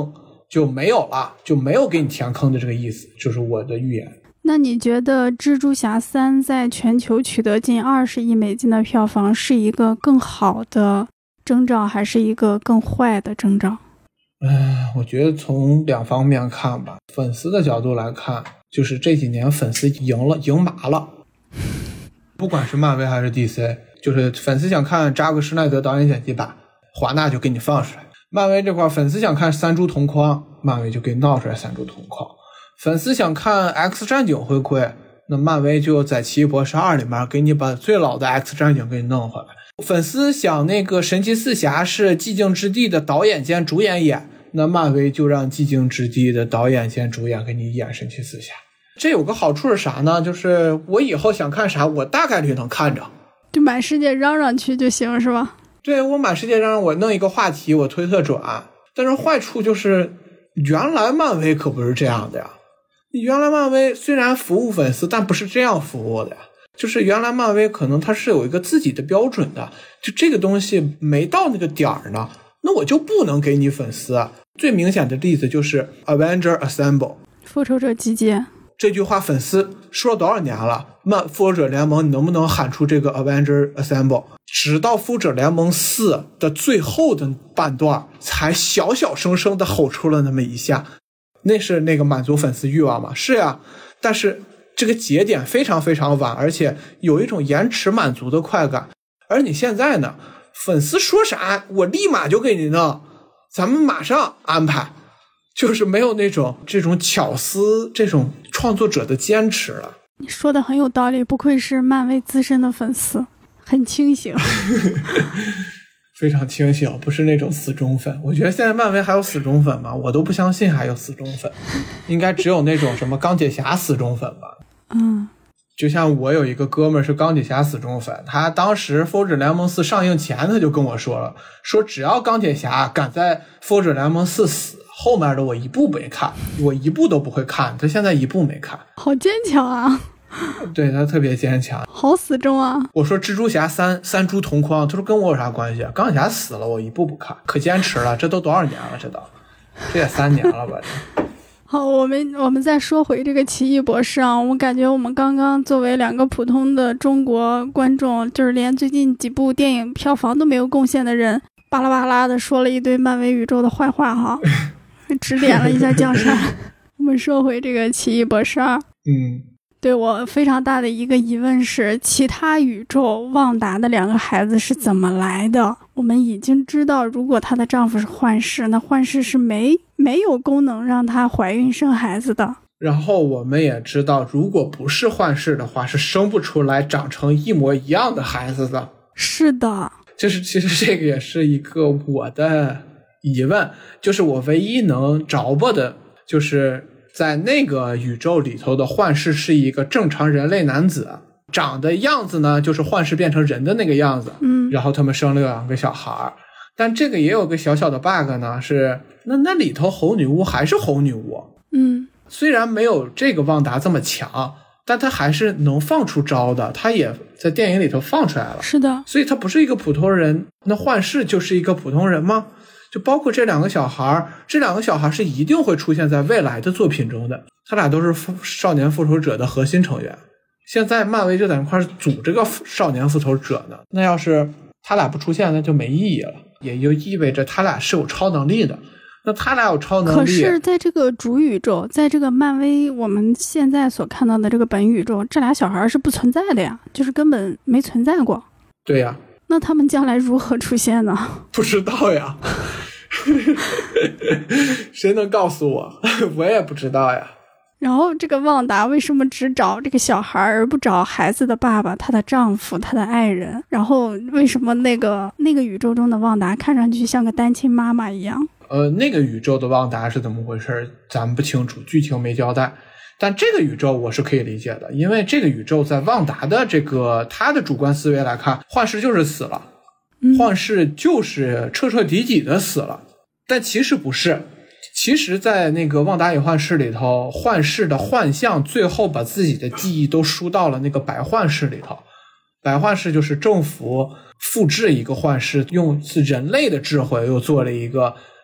就没有了，就没有给你填坑的这个意思，就是我的预言。 那你觉得蜘蛛侠3在全球取得近20亿美金的票房是一个更好的征兆，还是一个更坏的征兆？ 我觉得从两方面看吧。粉丝的角度来看，就是这几年粉丝赢麻了，不管是漫威还是 DC， 就是粉丝想看扎克施耐德导演剪辑版，华纳就给你放出来；漫威这块粉丝想看三蛛同框，漫威就给你闹出来三蛛同框；粉丝想看 X 战警回归，那漫威就在奇异博士2里面给你把最老的 X 战警给你弄回来。粉丝想那个神奇四侠是寂静之地的导演兼主演演，那漫威就让寂静之地的导演兼主演给你演神奇四侠。这有个好处是啥呢？就是我以后想看啥，我大概率能看着， 就满世界嚷嚷去就行，是吧？ 对，我满世界嚷嚷，我弄一个话题，我推特转。但是坏处就是原来漫威可不是这样的呀。原来漫威虽然服务粉丝，但不是这样服务的呀。就是原来漫威可能它是有一个自己的标准的，就这个东西没到那个点儿呢，那我就不能给你粉丝。最明显的例子就是 Avenger Assemble 复仇者集结这句话，粉丝说了多少年了？复仇者联盟你能不能喊出这个 Avenger Assemble？ 直到复仇者联盟4的最后的半段才小小声声的吼出了那么一下，那是那个满足粉丝欲望吗？是呀，但是这个节点非常非常晚，而且有一种延迟满足的快感。而你现在呢，粉丝说啥我立马就给你弄，咱们马上安排，就是没有这种巧思，这种创作者的坚持了。 你说的很有道理，不愧是漫威资深的粉丝，很清醒。 非常清醒，不是那种死忠粉。我觉得现在漫威还有死忠粉吗？我都不相信还有死忠粉，应该只有那种什么钢铁侠死忠粉吧。就像我有一个哥们儿是钢铁侠死忠粉，他当时复仇者联盟4上映前他就跟我说了，说只要钢铁侠敢在复仇者联盟4死，后面的我一部没看，我一部都不会看。他现在一部没看， 好坚强啊。 对，他特别坚强， 好死忠啊。我说蜘蛛侠三蛛同框，他说跟我有啥关系？钢铁侠死了我一部不看，可坚持了，这都多少年了？这也3年了吧。 好，我们再说回这个奇异博士啊，我感觉我们刚刚作为2个普通的中国观众，就是连最近几部电影票房都没有贡献的人，巴拉巴拉的说了一堆漫威宇宙的坏话哈，指点了一下江山。我们说回这个奇异博士2，对，我非常大的一个疑问是，其他宇宙旺达的2个孩子是怎么来的？我们已经知道，如果她的丈夫是幻视，那幻视是没有功能让她怀孕生孩子的。 然后我们也知道，如果不是幻视的话，是生不出来长成一模一样的孩子的。 是的， 就是其实这个也是一个我的疑问，就是我唯一能着吧的，就是在那个宇宙里头的幻视是一个正常人类男子，长的样子呢就是幻视变成人的那个样子，然后他们生了2个小孩。但这个也有个小小的 bug 呢，是那里头猴女巫还是猴女巫，虽然没有这个旺达这么强，但他还是能放出招的，他也在电影里头放出来了。 是的， 所以他不是一个普通人，那幻视就是一个普通人吗？就包括这2个小孩，这2个小孩是一定会出现在未来的作品中的，他俩都是少年复仇者的核心成员。现在漫威就在那块组这个少年复仇者呢，那要是他俩不出现，那就没意义了，也就意味着他俩是有超能力的。那他俩有超能力，可是在这个主宇宙，在这个漫威我们现在所看到的这个本宇宙，这俩小孩是不存在的呀，就是根本没存在过。 对呀， 那他们将来如何出现呢？ 不知道呀。谁能告诉我？我也不知道呀。 然后这个旺达为什么只找这个小孩而不找孩子的爸爸、她的丈夫、她的爱人？然后为什么那个宇宙中的旺达看上去像个单亲妈妈一样？ 那个宇宙的旺达是怎么回事咱们不清楚，剧情没交代。但这个宇宙我是可以理解的，因为这个宇宙在旺达的这个他的主观思维来看，幻视就是死了，幻视就是彻彻底底的死了。但其实不是，其实在那个旺达与幻视里头，幻视的幻象最后把自己的记忆都输到了那个白幻视里头。白幻视就是政府复制一个幻视，用人类的智慧又做了一个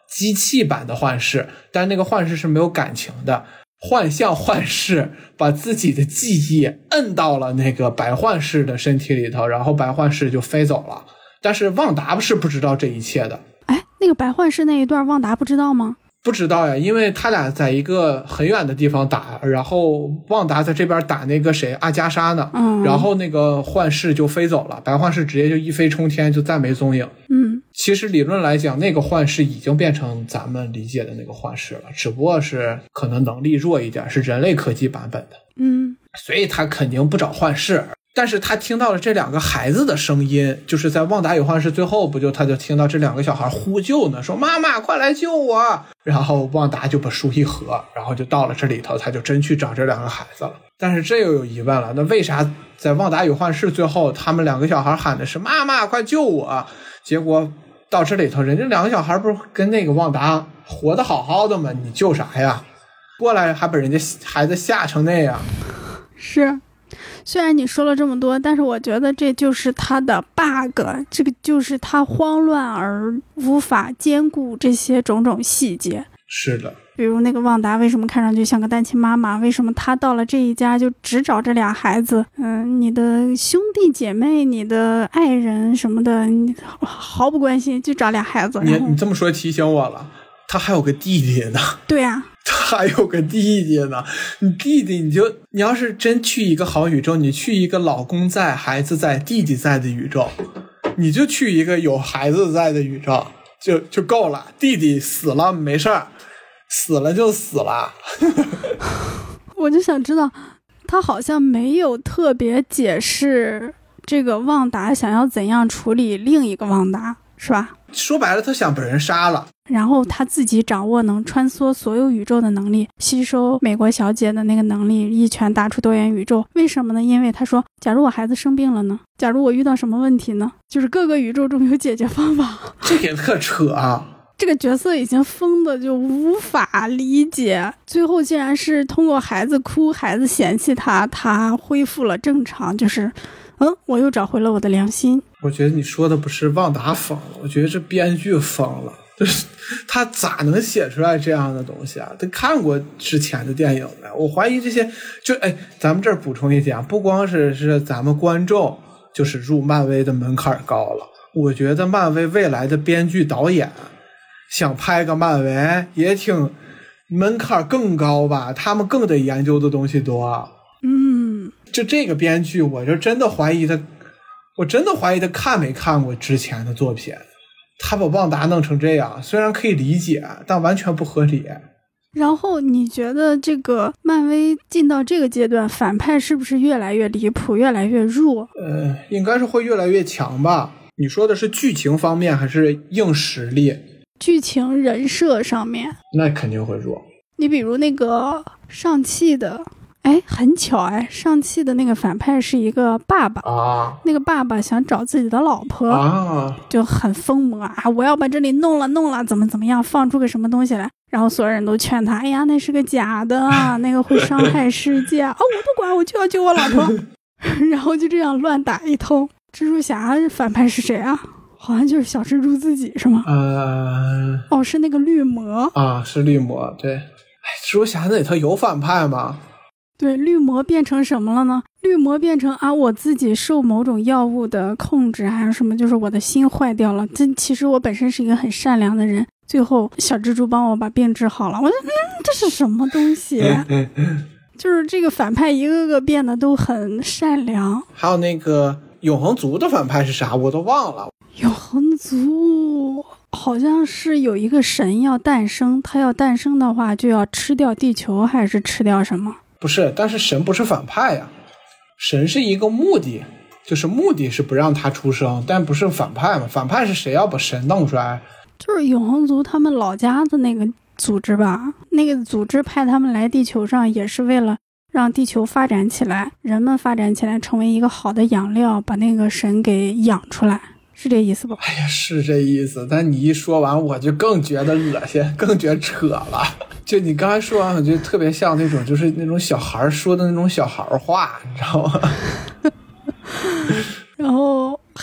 机器版的幻视，但那个幻视是没有感情的。幻象幻视把自己的记忆摁到了那个白幻视的身体里头，然后白幻视就飞走了。但是旺达是不知道这一切的。 哎，那个白幻视那一段旺达不知道吗？ 不知道呀，因为他俩在一个很远的地方打，然后旺达在这边打那个谁阿加莎呢，然后那个幻视就飞走了，白幻视直接就一飞冲天，就再没踪影。其实理论来讲，那个幻视已经变成咱们理解的那个幻视了，只不过是可能能力弱一点，是人类科技版本的。所以他肯定不找幻视。但是他听到了这两个孩子的声音，就是在旺达与幻视最后不就他就听到这两个小孩呼救呢，说妈妈快来救我，然后旺达就把书一合，然后就到了这里头，他就真去找这两个孩子了。但是这又有疑问了，那为啥在旺达与幻视最后他们两个小孩喊的是妈妈快救我，结果到这里头人家两个小孩不是跟那个旺达活得好好的吗？你救啥呀？过来还把人家孩子吓成那样。 是，虽然你说了这么多，但是我觉得这就是他的 bug， 这个就是他慌乱而无法兼顾这些种种细节。 是的， 比如那个旺达为什么看上去像个单亲妈妈，为什么他到了这一家就只找这俩孩子，你的兄弟姐妹你的爱人什么的你毫不关心，就找俩孩子。 你这么说提醒我了，他还有个弟弟呢。 对啊， 他还有个弟弟呢，你弟弟你要是真去一个好宇宙，你去一个老公在孩子在弟弟在的宇宙，你就去一个有孩子在的宇宙就够了。弟弟死了没事儿，死了就死了。 我就想知道，他好像没有特别解释这个旺达想要怎样处理另一个旺达，是吧？ 说白了，他想把人杀了， 然后他自己掌握能穿梭所有宇宙的能力，吸收美国小姐的那个能力，一拳打出多元宇宙。为什么呢？因为他说，假如我孩子生病了呢？假如我遇到什么问题呢？就是各个宇宙中有解决方法。 这也特扯啊！ 这个角色已经疯的就无法理解，最后竟然是通过孩子哭，孩子嫌弃他，他恢复了正常，就是我又找回了我的良心。 我觉得你说的不是旺达疯了，我觉得这编剧疯了，就是他咋能写出来这样的东西啊？他看过之前的电影没？我怀疑这些咱们这儿补充一点，不光是咱们观众就是入漫威的门槛高了，我觉得漫威未来的编剧导演想拍个漫威也挺门槛更高吧，他们更得研究的东西多。就这个编剧我就真的怀疑他看没看过之前的作品，他把旺达弄成这样，虽然可以理解，但完全不合理。 然后你觉得这个漫威进到这个阶段，反派是不是越来越离谱，越来越弱？ 应该是会越来越强吧。你说的是剧情方面还是硬实力？ 剧情人设上面那肯定会弱。 你比如那个上汽的，很巧上汽的那个反派是一个爸爸啊，那个爸爸想找自己的老婆啊，就很疯魔啊，我要把这里弄了，怎么样，放出个什么东西来，然后所有人都劝他，哎呀，那是个假的，那个会伤害世界我不管，我就要救我老婆，然后就这样乱打一通。蜘蛛侠反派是谁啊？好像就是小蜘蛛自己是吗？是那个绿魔啊，是绿魔，对。蜘蛛侠那里头有反派吗？ 对，绿魔变成什么了呢？绿魔变成我自己受某种药物的控制还是什么，就是我的心坏掉了，其实我本身是一个很善良的人，最后小蜘蛛帮我把病治好了。我说这是什么东西就是这个反派一个个变得都很善良。 还有那个永恒族的反派是啥我都忘了。 永恒族好像是有一个神要诞生，他要诞生的话就要吃掉地球还是吃掉什么？ 不是，但是神不是反派呀，神是一个目的，就是目的是不让他出生，但不是反派嘛。反派是谁要把神弄出来？ 就是永恒族他们老家的那个组织吧，那个组织派他们来地球上也是为了让地球发展起来，人们发展起来，成为一个好的养料，把那个神给养出来，是这意思吧？ 哎呀，是这意思，但你一说完我就更觉得恶心，更觉得扯了。就你刚才说完，我觉得特别像那种就是那种小孩说的那种小孩话，你知道吗？ 然后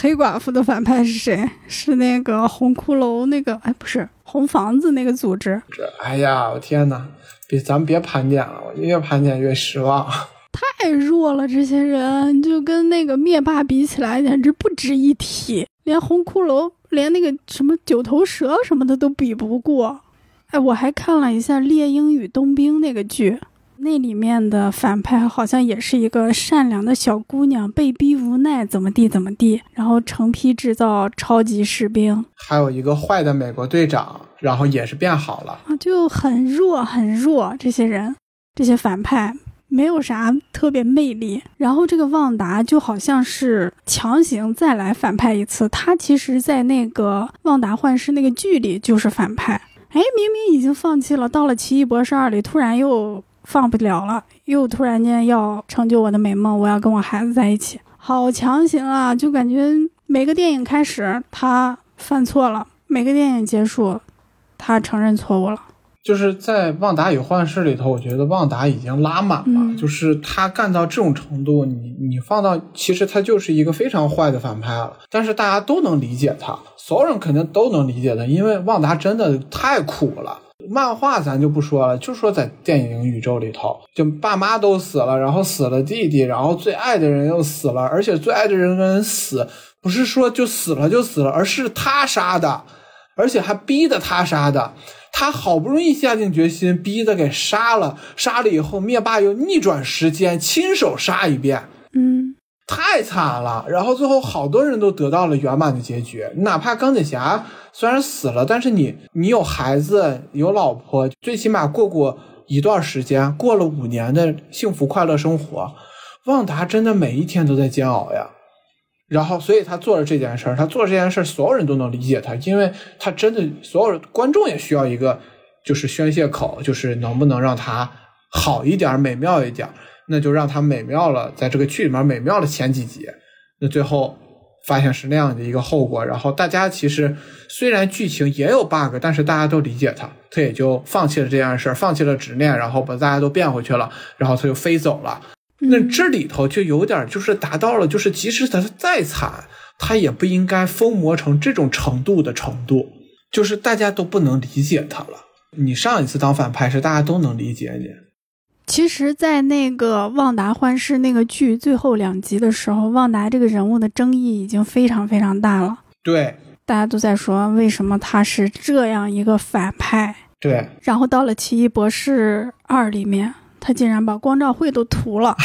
黑寡妇的反派是谁？是那个红骷髅那个，不是红房子那个组织。 哎呀，我天哪！咱们别盘点了，我越盘点越失望。 太弱了，这些人就跟那个灭霸比起来，简直不值一提。连红骷髅，连那个什么九头蛇什么的都比不过。我还看了一下《猎鹰与冬兵》那个剧，那里面的反派好像也是一个善良的小姑娘，被逼无奈怎么地，然后成批制造超级士兵。 还有一个坏的美国队长，然后也是变好了， 就很弱很弱。这些人，这些反派没有啥特别魅力。然后这个旺达就好像是强行再来反派一次，他其实在那个旺达幻视那个剧里就是反派。明明已经放弃了，到了奇异博士2里突然又放不了了，又突然间要成就我的美梦，我要跟我孩子在一起，好强行啊！就感觉每个电影开始他犯错了，每个电影结束他承认错误了。 就是在旺达与幻视里头，我觉得旺达已经拉满了，就是他干到这种程度，你放到其实他就是一个非常坏的反派了，但是大家都能理解他，所有人肯定都能理解他，因为旺达真的太苦了。漫画咱就不说了，就说在电影宇宙里头，就爸妈都死了，然后死了弟弟，然后最爱的人又死了，而且最爱的人死不是说就死了，而是他杀的，而且还逼得他杀的。他好不容易下定决心，逼得给杀了以后，灭霸又逆转时间亲手杀一遍，太惨了。然后最后好多人都得到了圆满的结局，哪怕钢铁侠虽然死了，但是你有孩子有老婆，最起码过一段时间，过了5年的幸福快乐生活。旺达真的每一天都在煎熬呀，然后所以他做了这件事儿，所有人都能理解他，因为他真的所有观众也需要一个就是宣泄口，就是能不能让他好一点美妙一点，那就让他美妙了，在这个剧里面美妙了前几集，那最后发现是那样的一个后果。然后大家其实虽然剧情也有 bug， 但是大家都理解他也就放弃了这件事，放弃了执念，然后把大家都变回去了，然后他就飞走了。那这里头就有点就是达到了，就是即使他再惨，他也不应该疯魔成这种程度，就是大家都不能理解他了。你上一次当反派是大家都能理解你。 其实在那个旺达幻视那个剧最后2集的时候，旺达这个人物的争议已经非常非常大了。 对， 大家都在说为什么他是这样一个反派。 对， 然后到了奇异博士2里面，他竟然把光照会都屠了。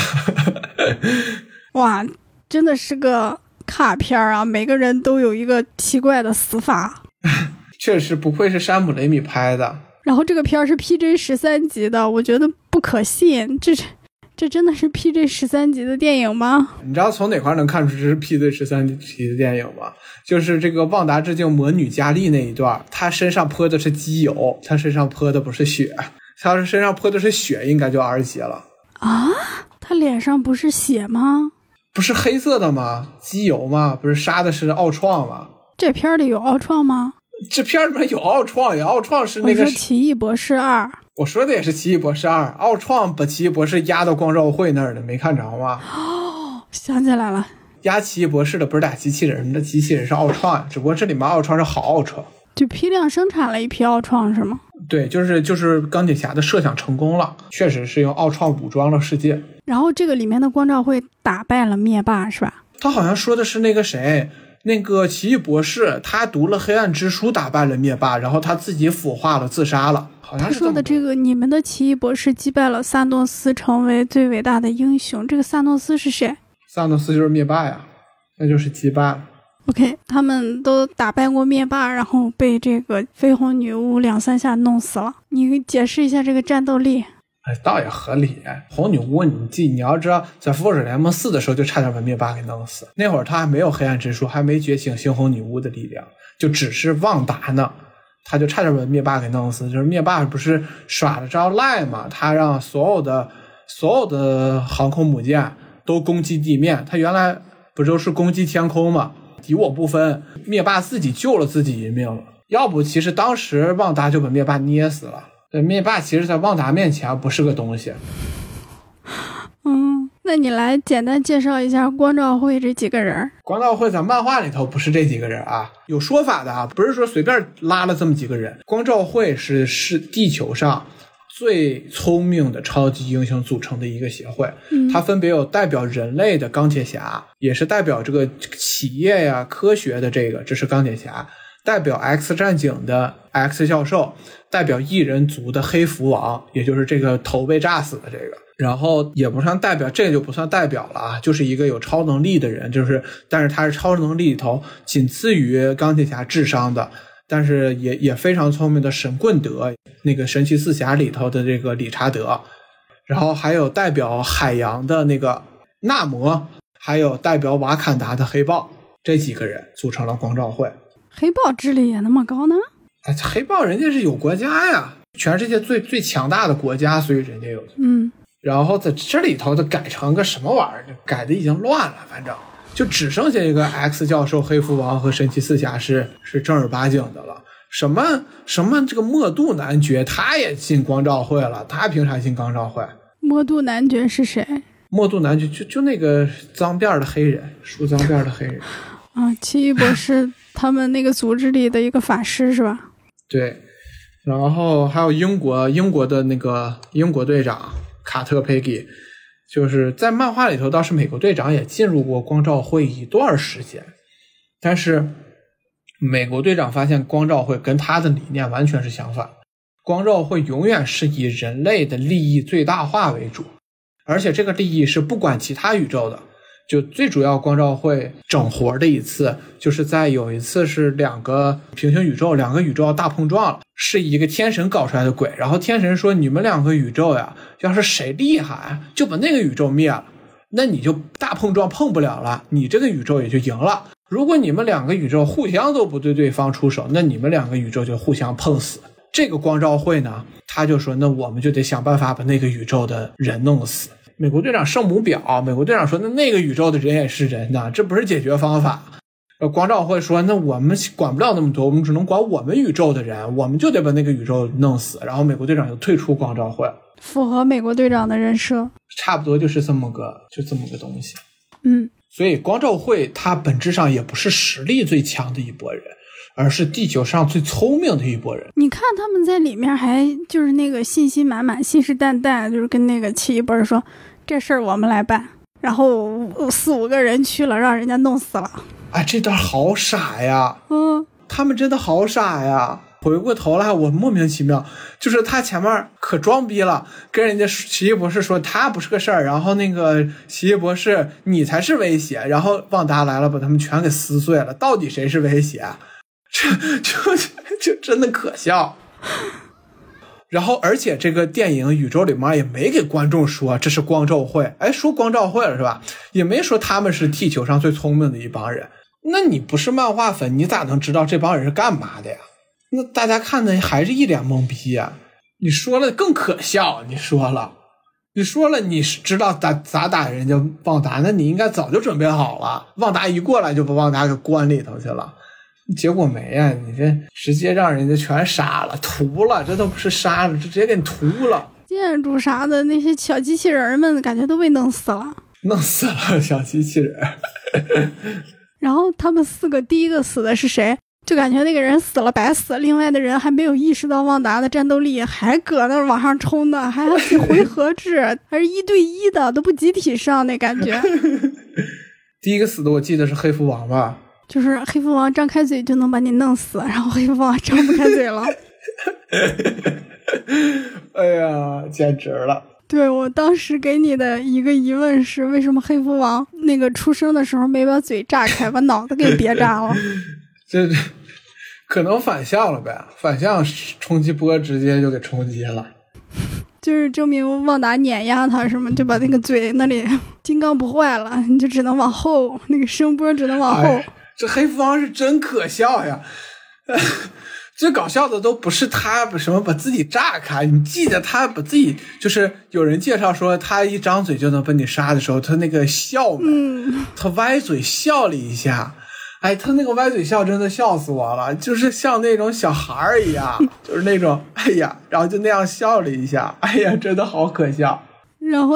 哇，真的是个卡片啊，每个人都有一个奇怪的死法。 确实不愧是山姆雷米拍的。 然后这个片是 PG-13 级的，我觉得不可信，这真的是 PG-13 级的电影吗？ 你知道从哪块能看出这是 PG-13 级的电影吗？就是这个旺达致敬魔女佳丽那一段，她身上泼的是机油，她身上泼的不是血，她要是身上泼的是血应该就R级了啊。她脸上不是血吗？ 不是黑色的吗？机油吗？不是杀的是奥创吗？ 这片里有奥创吗？ 这片里面有奥创呀，奥创是那个。 我说奇异博士2， 我说的也是奇异博士2，奥创把奇异博士压到光照会那儿的，没看着吗？ 哦，想起来了， 压奇异博士的不是俩机器人的，机器人是奥创，只不过这里面奥创是好奥创， 就批量生产了一批奥创是吗？ 对，就是钢铁侠的设想成功了，确实是用奥创武装了世界。 然后这个里面的光照会打败了灭霸是吧？ 他好像说的是那个谁，那个奇异博士他读了黑暗之书打败了灭霸，然后他自己腐化了自杀了，好像是他说的这个你们的奇异博士击败了萨诺斯成为最伟大的英雄，这个萨诺斯是谁？ 萨诺斯就是灭霸呀，那就是击败了。 OK， 他们都打败过灭霸，然后被这个绯红女巫2-3下弄死了。你解释一下这个战斗力。 倒也合理，红女巫你要知道，在复仇者联盟4的时候就差点把灭霸给弄死，那会儿他还没有黑暗之书，还没觉醒猩红女巫的力量，就只是旺达呢，他就差点把灭霸给弄死。就是灭霸不是耍了招赖嘛，他让所有的航空母舰都攻击地面，他原来不就是攻击天空嘛，敌我不分，灭霸自己救了自己一命了，要不其实当时旺达就把灭霸捏死了。对，灭霸其实在旺达面前不是个东西。 那你来简单介绍一下光照会这几个人。 光照会在漫画里头不是这几个人啊，有说法的啊，不是说随便拉了这么几个人。光照会是地球上最聪明的超级英雄组成的一个协会，它分别有代表人类的钢铁侠，也是代表这个企业呀、科学的这是钢铁侠，代表 X 战警的 X 教授，代表异人族的黑蝠王，也就是这个头被炸死的这个。然后也不算代表，这个就不算代表了啊，就是一个有超能力的人，但是他是超能力里头仅次于钢铁侠智商的，但是也非常聪明的神棍德，那个神奇四侠里头的这个理查德，然后还有代表海洋的那个纳摩，还有代表瓦坎达的黑豹，这几个人组成了光照会。 黑豹智力也那么高呢？ 黑豹人家是有国家呀，全世界最强大的国家，所以人家有。然后在这里头就改成个什么玩意儿，改的已经乱了，反正就只剩下一个 X 教授、黑蝠王和神奇四侠是正儿八经的了。什么这个默度男爵他也进光照会了，他凭啥进光照会？ 默度男爵是谁？ 默度男爵就那个脏辫的黑人，梳脏辫的黑人啊，奇异博士他们那个组织里的一个法师是吧？ 对，然后还有英国的那个英国队长卡特佩吉，就是在漫画里头倒是美国队长也进入过光照会一段时间，但是美国队长发现光照会跟他的理念完全是相反，光照会永远是以人类的利益最大化为主，而且这个利益是不管其他宇宙的。就最主要光照会整活的一次，就是在有一次是两个平行宇宙，两个宇宙大碰撞了，是一个天神搞出来的鬼，然后天神说你们两个宇宙呀，要是谁厉害就把那个宇宙灭了，那你就大碰撞碰不了了，你这个宇宙也就赢了。如果你们两个宇宙互相都不对对方出手，那你们两个宇宙就互相碰死。这个光照会呢，他就说那我们就得想办法把那个宇宙的人弄死。美国队长圣母婊，美国队长说那个宇宙的人也是人呐，这不是解决方法。光照会说那我们管不了那么多，我们只能管我们宇宙的人，我们就得把那个宇宙弄死。然后美国队长就退出光照会， 符合美国队长的人设， 差不多就是这么个东西。所以光照会它本质上也不是实力最强的一拨人，而是地球上最聪明的一拨人。 你看他们在里面还就是那个信心满满信誓旦旦，就是跟那个奇异博士说这事儿我们来办，然后4-5个人去了，让人家弄死了。 哎，这段好傻呀！他们真的好傻呀！回过头来，我莫名其妙，就是他前面可装逼了，跟人家奇异博士说他不是个事儿，然后那个奇异博士你才是威胁，然后旺达来了，把他们全给撕碎了，到底谁是威胁？这真的可笑。然后而且这个电影宇宙里面也没给观众说这是光照会，说光照会了是吧，也没说他们是地球上最聪明的一帮人。那你不是漫画粉，你咋能知道这帮人是干嘛的呀？那大家看的还是一脸懵逼呀。你说了更可笑，你说了你知道咋打人家旺达，那你应该早就准备好了，旺达一过来就把旺达给关里头去了，结果没啊，你这直接让人家全杀了，屠了，这都不是杀了，这直接给你屠了。 建筑啥的那些小机器人们感觉都被弄死了小机器人。 然后他们4个第一个死的是谁？就感觉那个人死了白死，另外的人还没有意识到旺达的战斗力，还搁那往上冲呢，还回合制，还是1对1的，都不集体上那感觉。 第一个死的我记得是黑蝠王吧， 就是黑蝠王张开嘴就能把你弄死，然后黑蝠王张不开嘴了。 哎呀，简直了。 对，我当时给你的一个疑问是，为什么黑蝠王那个出生的时候没把嘴炸开，把脑子给憋炸了？ 这可能反向了呗，反向冲击波直接就给冲击了， 就是证明旺达碾压他什么，就把那个嘴那里金刚不坏了，你就只能往后，那个声波只能往后。 这黑蝠王是真可笑呀。最搞笑的都不是他什么把自己炸开，你记得他把自己，就是有人介绍说他一张嘴就能把你杀的时候，他那个笑他歪嘴笑了一下，他那个歪嘴笑真的笑死我了，就是像那种小孩一样，就是那种然后就那样笑了一下，真的好可笑。 然后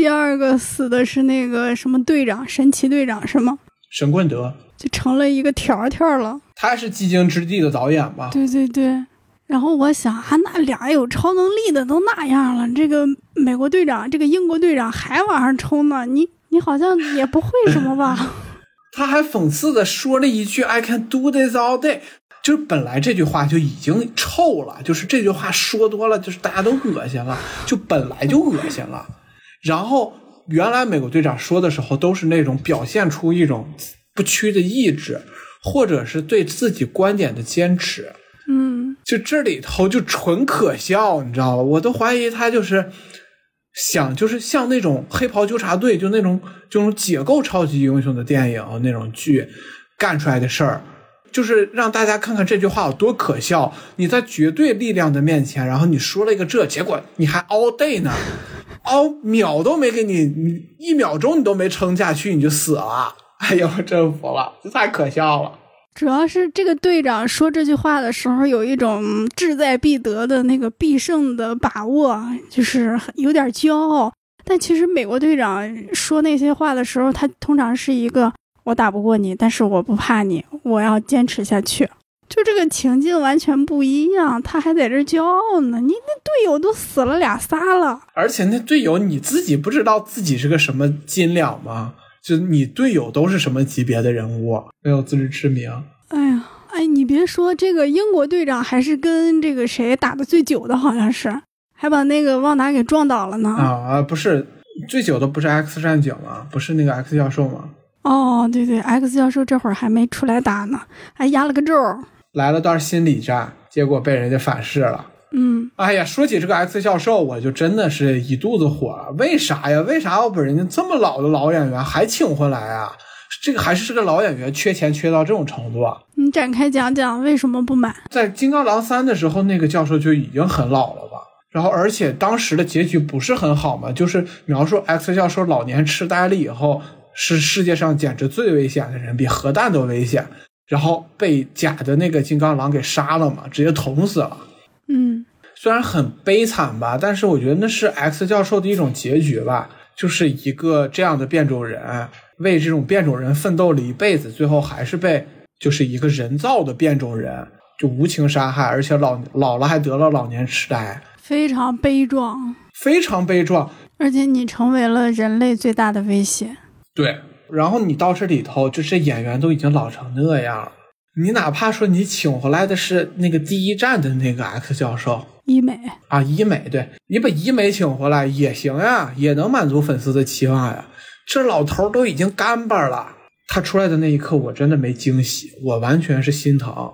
第二个死的是那个什么队长，神奇队长是吗？ 神棍德就成了一个条条了。 他是寂静之地的导演吧？ 对对对。然后我想啊，那俩有超能力的都那样了，这个美国队长这个英国队长还往上冲呢，你好像也不会什么吧？ 他还讽刺的说了一句 I can do this all day， 就是本来这句话就已经臭了，就是这句话说多了就是大家都恶心了，就本来就恶心了。然后原来美国队长说的时候都是那种表现出一种不屈的意志，或者是对自己观点的坚持。就这里头就纯可笑，你知道吧？我都怀疑他就是想就是像那种黑袍纠察队就那种解构超级英雄的电影那种剧干出来的事儿，就是让大家看看这句话有多可笑。你在绝对力量的面前，然后你说了一个结果你还 all day 呢，秒都没给你1秒钟你都没撑下去你就死了。哎呦，真服了，这太可笑了。 主要是这个队长说这句话的时候有一种志在必得的那个必胜的把握，就是有点骄傲。但其实美国队长说那些话的时候，他通常是一个我打不过你，但是我不怕你，我要坚持下去。就这个情境完全不一样，他还在这骄傲呢。你那队友都死了2、3了，而且那队友你自己不知道自己是个什么斤两吗？就你队友都是什么级别的人物，没有自知之明。 哎，你别说，这个英国队长还是跟这个谁打的最久的，好像是还把那个旺达给撞倒了呢。 不是最久的不是 X 战警吗？不是那个 X 教授吗？ 哦，对对， X 教授这会儿还没出来打呢，还压了个轴，来了段心理战，结果被人家反噬了。哎呀，说起这个 X 教授，我就真的是一肚子火了。为啥呀？为啥要把人家这么老的老演员还请回来啊？这个还是个老演员，缺钱缺到这种程度啊？ 你展开讲讲为什么不买？ 在金刚狼3的时候，那个教授就已经很老了吧？然后而且当时的结局不是很好嘛，就是描述 X 教授老年痴呆了以后，是世界上简直最危险的人，比核弹都危险，然后被假的那个金刚狼给杀了嘛，直接捅死了。虽然很悲惨吧，但是我觉得那是 X 教授的一种结局吧，就是一个这样的变种人为这种变种人奋斗了一辈子，最后还是被就是一个人造的变种人就无情杀害，而且老了还得了老年痴呆， 非常悲壮， 非常悲壮。 而且你成为了人类最大的威胁。 对，然后你到这里头，就是演员都已经老成那样了，你哪怕说你请回来的是那个第一站的那个 X 教授医美医美，对，你把医美请回来也行呀，也能满足粉丝的期望呀。这老头都已经干巴了，他出来的那一刻我真的没惊喜，我完全是心疼。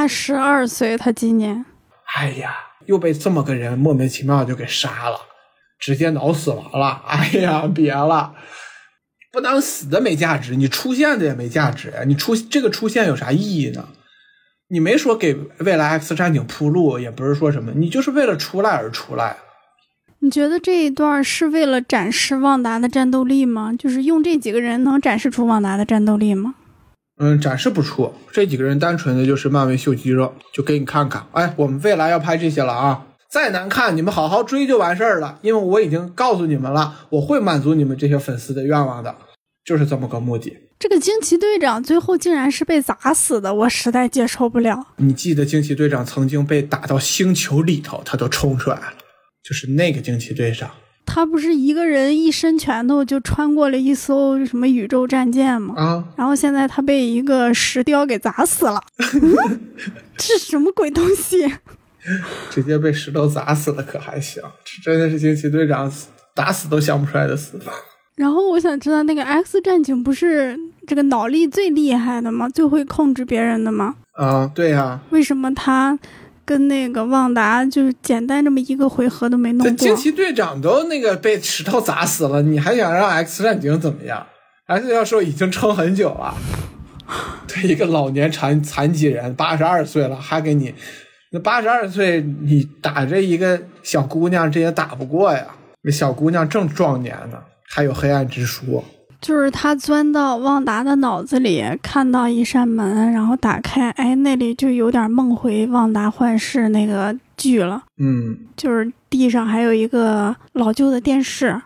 82岁他今年， 哎呀，又被这么个人莫名其妙就给杀了，直接脑死亡了。哎呀，别了，不当死的没价值，你出现的也没价值，你这个出现有啥意义呢？你没说给未来 X 战警铺路，也不是说什么，你就是为了出来而出来。 你觉得这一段是为了展示旺达的战斗力吗？就是用这几个人能展示出旺达的战斗力吗？ 展示不出，这几个人单纯的就是漫威秀肌肉，就给你看看。哎，我们未来要拍这些了啊，再难看你们好好追就完事儿了，因为我已经告诉你们了，我会满足你们这些粉丝的愿望的，就是这么个目的。 这个惊奇队长最后竟然是被砸死的，我实在接受不了。 你记得惊奇队长曾经被打到星球里头，他都冲出来了，就是那个惊奇队长。 他不是一个人一伸拳头就穿过了一艘什么宇宙战舰吗？然后现在他被一个石雕给砸死了。这是什么鬼东西？ 直接被石头砸死了可还行，这真的是惊奇队长打死都想不出来的死法。 然后我想知道，那个 X 战警不是这个脑力最厉害的吗？最会控制别人的吗？ 对呀。 为什么他跟那个旺达就是简单这么一个回合都没弄过？ 惊奇队长都那个被石头砸死了，你还想让 X 战警怎么样？ X 教授已经撑很久了，对一个老年残疾人82岁了，还给你那82岁你打这一个小姑娘，这也打不过呀。那小姑娘正壮年呢，还有黑暗之书。 就是他钻到旺达的脑子里，看到一扇门，然后打开，哎，那里就有点梦回旺达幻视那个剧了。就是地上还有一个老旧的电视。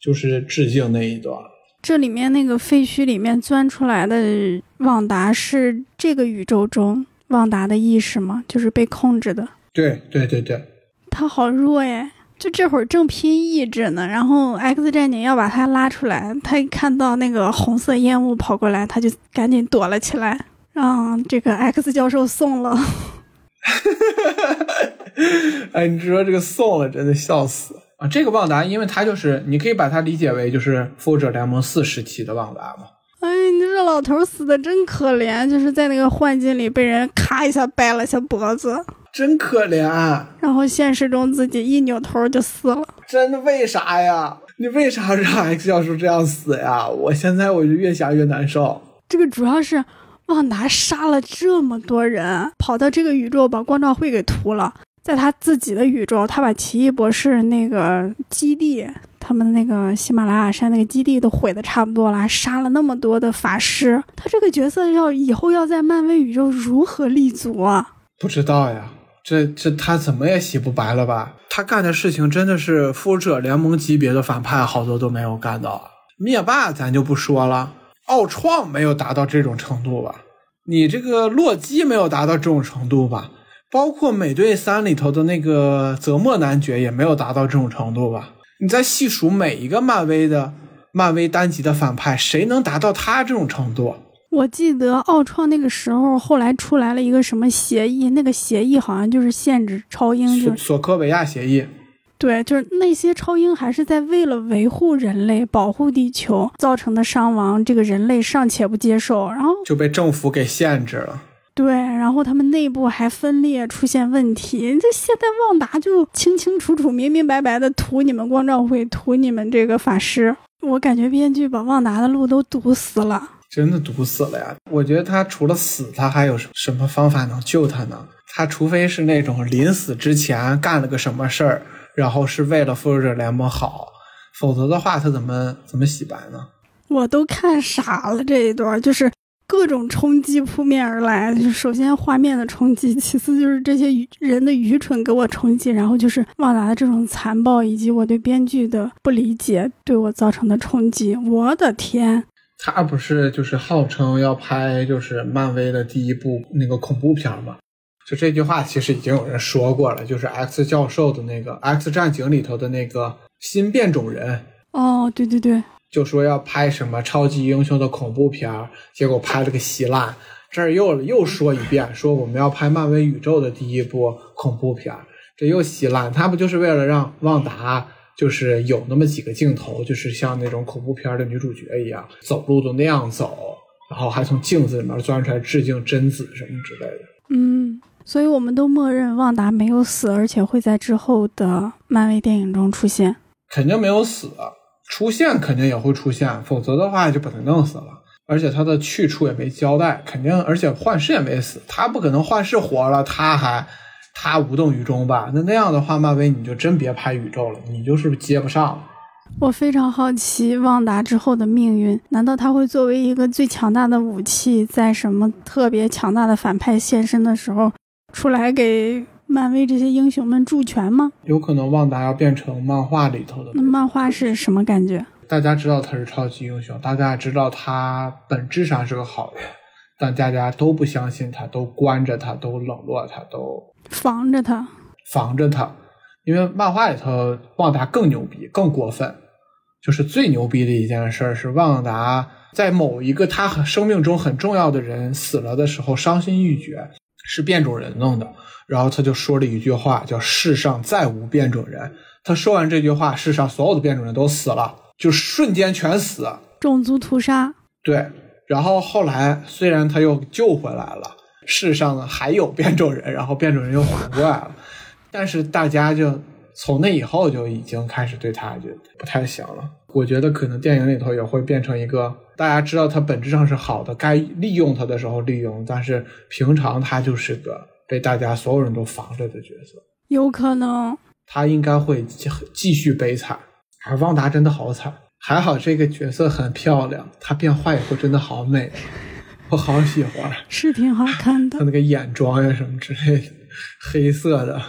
就是致敬那一段。 这里面那个废墟里面钻出来的旺达是这个宇宙中旺达的意识吗？就是被控制的。 对， 他好弱耶，就这会儿正拼意志呢，然后 X 战警要把他拉出来，他一看到那个红色烟雾跑过来，他就赶紧躲了起来，让这个 X 教授送了。 哎，你说这个送了真的笑死啊！这个旺达，因为他就是你可以把它理解为就是复仇者联盟4时期的旺达嘛。 哎，你这老头死的真可怜，就是在那个幻境里被人咔一下掰了下脖子， 真可怜。 然后现实中自己一扭头就死了。 真的为啥呀？你为啥让 X 教授这样死呀？我现在我就越想越难受。 这个主要是旺达杀了这么多人，跑到这个宇宙把光照会给屠了，在他自己的宇宙，他把奇异博士那个基地，他们那个喜马拉雅山那个基地都毁的差不多了，杀了那么多的法师，他这个角色以后要在漫威宇宙如何立足啊？ 不知道呀，这他怎么也洗不白了吧？他干的事情真的是复仇者联盟级别的反派好多都没有干到。灭霸咱就不说了，奥创没有达到这种程度吧，你这个洛基没有达到这种程度吧，包括美队3里头的那个泽莫男爵也没有达到这种程度吧。你再细数每一个漫威单集的反派，谁能达到他这种程度？ 我记得奥创那个时候后来出来了一个什么协议，那个协议好像就是限制超英，就是索科维亚协议。 对，就是那些超英还是在为了维护人类、保护地球造成的伤亡，这个人类尚且不接受，然后就被政府给限制了。 对，然后他们内部还分裂出现问题，这现在旺达就清清楚楚、明明白白的屠你们光照会，屠你们这个法师。我感觉编剧把旺达的路都堵死了， 真的堵死了呀！我觉得他除了死，他还有什么方法能救他呢？他除非是那种临死之前干了个什么事儿，然后是为了复仇者联盟好，否则的话他怎么洗白呢？ 我都看傻了这一段，就是各种冲击扑面而来，就是首先画面的冲击，其次就是这些人的愚蠢给我冲击，然后就是旺达的这种残暴，以及我对编剧的不理解对我造成的冲击。我的天， 他不是就是号称要拍就是漫威的第一部那个恐怖片吗？就这句话其实已经有人说过了，就是 X 教授的那个 X 战警里头的那个新变种人。 哦，对对对， 就说要拍什么超级英雄的恐怖片，结果拍了个稀烂。这儿又说一遍，说我们要拍漫威宇宙的第一部恐怖片，这又稀烂。他不就是为了让旺达就是有那么几个镜头，就是像那种恐怖片的女主角一样，走路都那样走，然后还从镜子里面钻出来致敬贞子什么之类的。 所以我们都默认旺达没有死，而且会在之后的漫威电影中出现。 肯定没有死，出现肯定也会出现，否则的话就把他弄死了。而且他的去处也没交代，肯定，而且幻视也没死，他不可能幻视活了他无动于衷吧？那样的话，漫威你就真别拍宇宙了，你就是接不上了。 我非常好奇旺达之后的命运，难道他会作为一个最强大的武器，在什么特别强大的反派现身的时候出来给漫威这些英雄们助拳吗？ 有可能旺达要变成漫画里头的。 那漫画是什么感觉？ 大家知道他是超级英雄，大家知道他本质上是个好人，但大家都不相信他，都关着他，都冷落他，都防着他。 因为漫画里头旺达更牛逼更过分，就是最牛逼的一件事是旺达在某一个他生命中很重要的人死了的时候伤心欲绝，是变种人弄的，然后他就说了一句话叫世上再无变种人。他说完这句话，世上所有的变种人都死了，就瞬间全死， 种族屠杀。 对，然后后来虽然他又救回来了，世上还有变种人，然后变种人又活过来了，但是大家就从那以后就已经开始对他就不太行了。我觉得可能电影里头也会变成一个大家知道他本质上是好的，该利用他的时候利用，但是平常他就是个被大家所有人都防着的角色。 有可能他应该会继续悲惨，而旺达真的好惨。还好这个角色很漂亮，他变坏以后真的好美，我好喜欢， 是挺好看的。 他那个眼妆呀什么之类的，黑色的，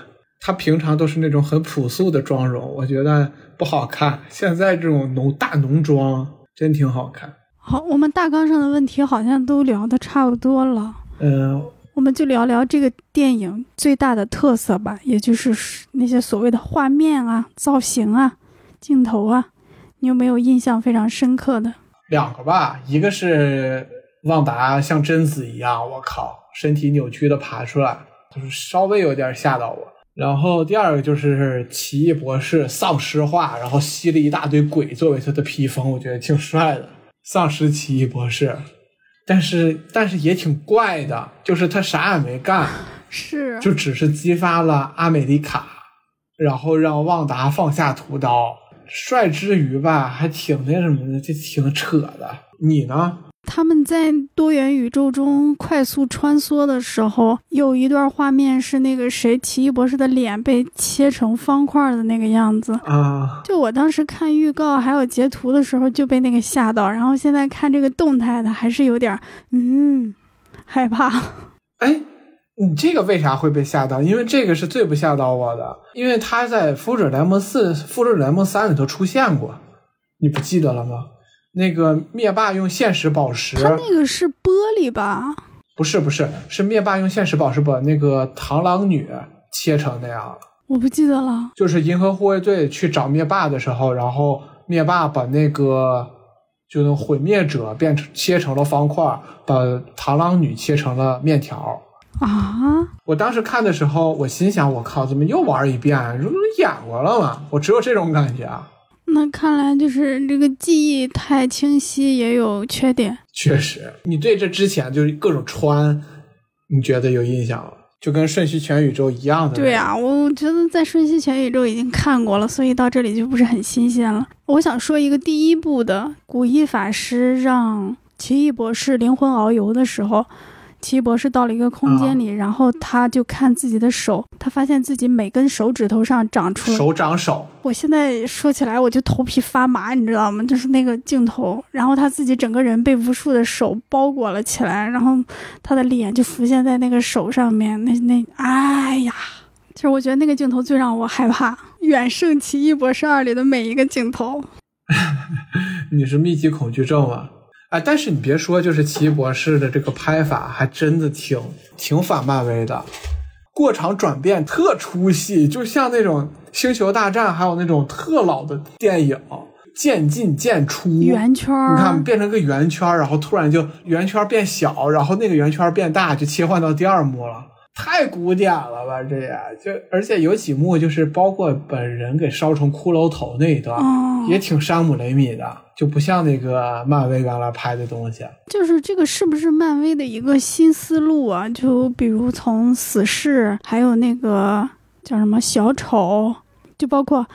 他平常都是那种很朴素的妆容，我觉得不好看。现在这种大浓妆真挺好看。 好，我们大纲上的问题好像都聊得差不多了。我们就聊聊这个电影最大的特色吧，也就是那些所谓的画面啊、造型啊、镜头啊，你有没有印象非常深刻的 ？2个吧，一个是旺达像贞子一样，我靠，身体扭曲的爬出来，就是稍微有点吓到我。然后第二个就是奇异博士丧尸化，然后吸了一大堆鬼作为他的披风，我觉得挺帅的。丧尸奇异博士，但是也挺怪的，就是他啥也没干， 是就只是激发了阿美丽卡，然后让旺达放下屠刀。帅之余吧，还挺那什么的，就挺扯的。你呢？ 他们在多元宇宙中快速穿梭的时候，有一段画面是那个奇异博士的脸被切成方块的那个样子啊！ 就我当时看预告还有截图的时候就被那个吓到，然后现在看这个动态的还是有点害怕。 哎，你这个为啥会被吓到？因为这个是最不吓到我的，因为他在复仇者联盟4、复仇者联盟3里头出现过，你不记得了吗？那个灭霸用现实宝石， 他那个是玻璃吧？ 不是，是灭霸用现实宝石把那个螳螂女切成那样。 我不记得了。 就是银河护卫队去找灭霸的时候，然后灭霸把那个就那毁灭者切成了方块，把螳螂女切成了面条啊！ 我当时看的时候，我心想，我靠，怎么又玩一遍？这不是演过了吗？我只有这种感觉啊。 那看来就是这个记忆太清晰也有缺点。 确实，你对这之前就是各种穿，你觉得有印象了？就跟瞬息全宇宙一样的。 对啊，我觉得在瞬息全宇宙已经看过了，所以到这里就不是很新鲜了。我想说一个第一部的古一法师让奇异博士灵魂遨游的时候，奇异博士到了一个空间里，然后他就看自己的手，他发现自己每根手指头上长出了手长手。 我现在说起来我就头皮发麻，你知道吗？就是那个镜头，然后他自己整个人被无数的手包裹了起来，然后他的脸就浮现在那个手上面，哎呀，其实我觉得那个镜头最让我害怕，远胜奇异博士2里的每一个镜头。 你是密集恐惧症吗？但是你别说，就是奇异博士的这个拍法还真的挺反漫威的，过场转变特出戏，就像那种星球大战还有那种特老的电影，渐进渐出， 圆圈， 你看变成个圆圈，然后突然就圆圈变小，然后那个圆圈变大，就切换到第2幕了。太古典了吧，这也而且有几幕就是包括把人给烧成骷髅头那一段，也挺山姆雷米的，就不像那个漫威原来拍的东西。 就是这个是不是漫威的一个新思路啊？就比如从死侍，还有那个叫什么小丑，就包括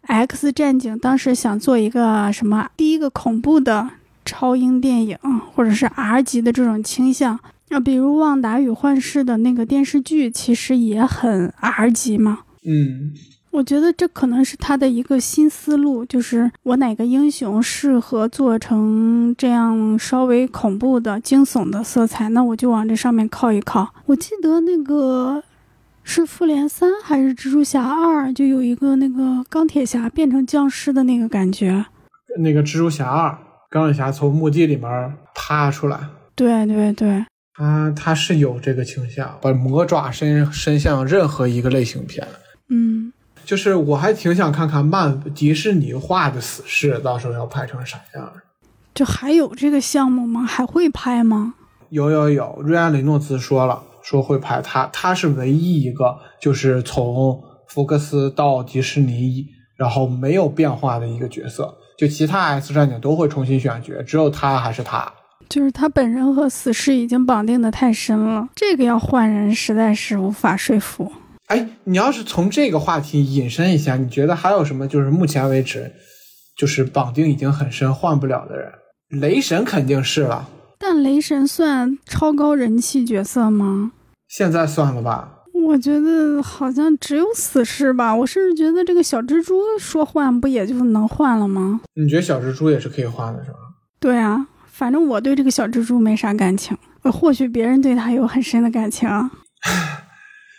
X 战警当时想做一个什么第一个恐怖的超英电影，或者是 R 级的这种倾向。比如旺达与幻视的那个电视剧其实也很 R 级嘛。我觉得这可能是他的一个新思路，就是我哪个英雄适合做成这样稍微恐怖的惊悚的色彩，那我就往这上面靠一靠。我记得那个是复联3还是蜘蛛侠2，就有一个那个钢铁侠变成僵尸的那个感觉。 那个蜘蛛侠2，钢铁侠从墓地里面爬出来。 对对对， 他是有这个倾向，把魔爪伸向任何一个类型片。就是我还挺想看看迪士尼画的死侍到时候要拍成啥样。 就还有这个项目吗？还会拍吗？ 有，瑞安雷诺兹说了，说会拍。他是唯一一个就是从福克斯到迪士尼然后没有变化的一个角色，就其他 X 战警都会重新选角，只有他还是他。 就是他本人和死侍已经绑定的太深了，这个要换人实在是无法说服。 你要是从这个话题引申一下，你觉得还有什么就是目前为止就是绑定已经很深换不了的人？雷神肯定是了， 但雷神算超高人气角色吗？ 现在算了吧。 我觉得好像只有死侍吧，我甚至觉得这个小蜘蛛说换不也就能换了吗？ 你觉得小蜘蛛也是可以换的是吧？ 对啊，反正我对这个小蜘蛛没啥感情，或许别人对他有很深的感情。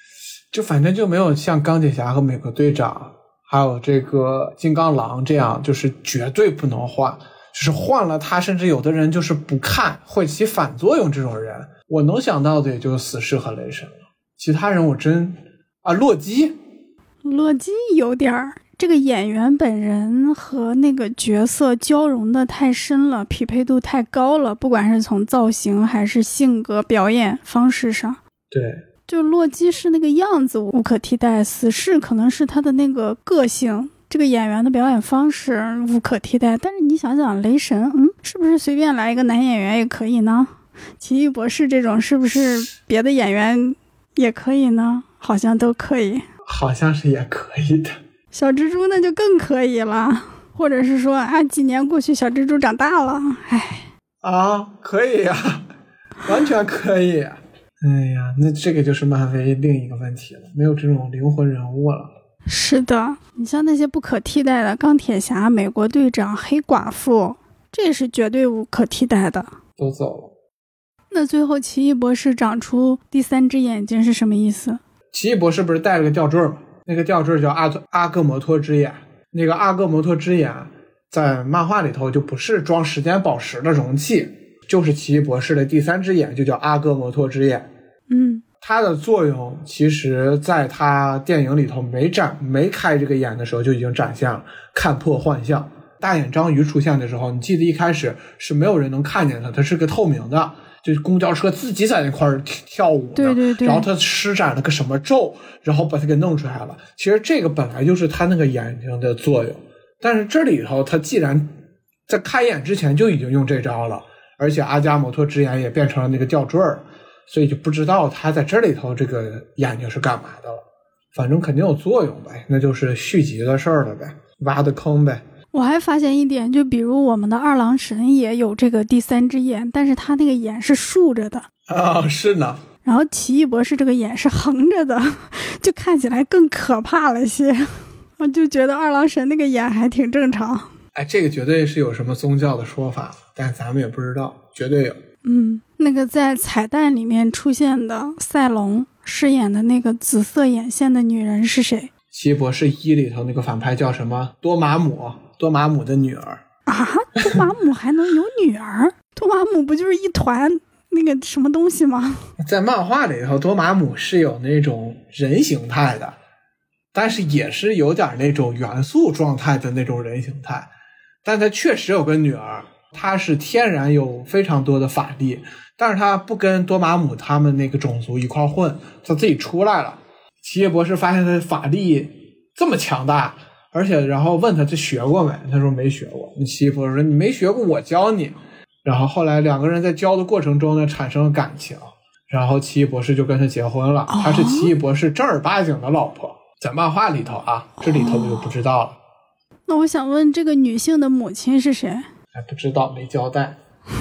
就反正就没有像钢铁侠和美国队长还有这个金刚狼这样就是绝对不能换，就是换了他甚至有的人就是不看会起反作用，这种人我能想到的也就死侍和雷神了，其他人我真洛基有点儿，这个演员本人和那个角色交融的太深了，匹配度太高了，不管是从造型还是性格表演方式上。 对， 就洛基是那个样子无可替代，死侍可能是他的那个个性，这个演员的表演方式无可替代。但是你想想雷神，是不是随便来一个男演员也可以呢？奇异博士这种是不是别的演员也可以呢？好像都可以， 好像是也可以的。 小蜘蛛那就更可以了，或者是说几年过去小蜘蛛长大了， 可以呀，完全可以。哎呀，那这个就是漫威另一个问题了，没有这种灵魂人物了。 是的，你像那些不可替代的钢铁侠、美国队长、黑寡妇，这是绝对无可替代的， 都走了。 那最后奇异博士长出第三只眼睛是什么意思？ 奇异博士不是带了个吊坠吗？那个吊坠叫阿戈摩托之眼，那个阿戈摩托之眼在漫画里头就不是装时间宝石的容器，就是奇异博士的第三只眼就叫阿戈摩托之眼。它的作用其实在他电影里头没开这个眼的时候就已经展现了，看破幻象。大眼章鱼出现的时候，你记得一开始是没有人能看见它是个透明的，就是公交车自己在那块跳舞呢， 对， 然后他施展了个什么咒，然后把它给弄出来了。其实这个本来就是他那个眼睛的作用，但是这里头他既然在开眼之前就已经用这招了，而且阿加摩托之眼也变成了那个吊坠，所以就不知道他在这里头这个眼睛是干嘛的了。反正肯定有作用呗，那就是续集的事儿了呗，挖的坑呗。 我还发现一点，就比如我们的二郎神也有这个第三只眼，但是他那个眼是竖着的是呢。 然后奇异博士这个眼是横着的，就看起来更可怕了些。我就觉得二郎神那个眼还挺正常。 这个绝对是有什么宗教的说法，但咱们也不知道，绝对有。 那个在彩蛋里面出现的赛隆饰演的那个紫色眼线的女人是谁？ 奇异博士1里头那个反派叫什么？多玛姆的女儿多玛姆还能有女儿？多玛姆不就是一团那个什么东西吗？ 在漫画里头多玛姆是有那种人形态的，但是也是有点那种元素状态的那种人形态，但他确实有个女儿，她是天然有非常多的法力，但是她不跟多玛姆他们那个种族一块混，她自己出来了。奇异博士发现他法力这么强大，而且然后问他这学过没，他说没学过。奇异博士说你没学过我教你。然后后来两个人在教的过程中呢产生了感情，然后奇异博士就跟他结婚了，她是奇异博士正儿八经的老婆。在漫画里头这里头我就不知道了。 那我想问这个女性的母亲是谁？ 不知道，没交代。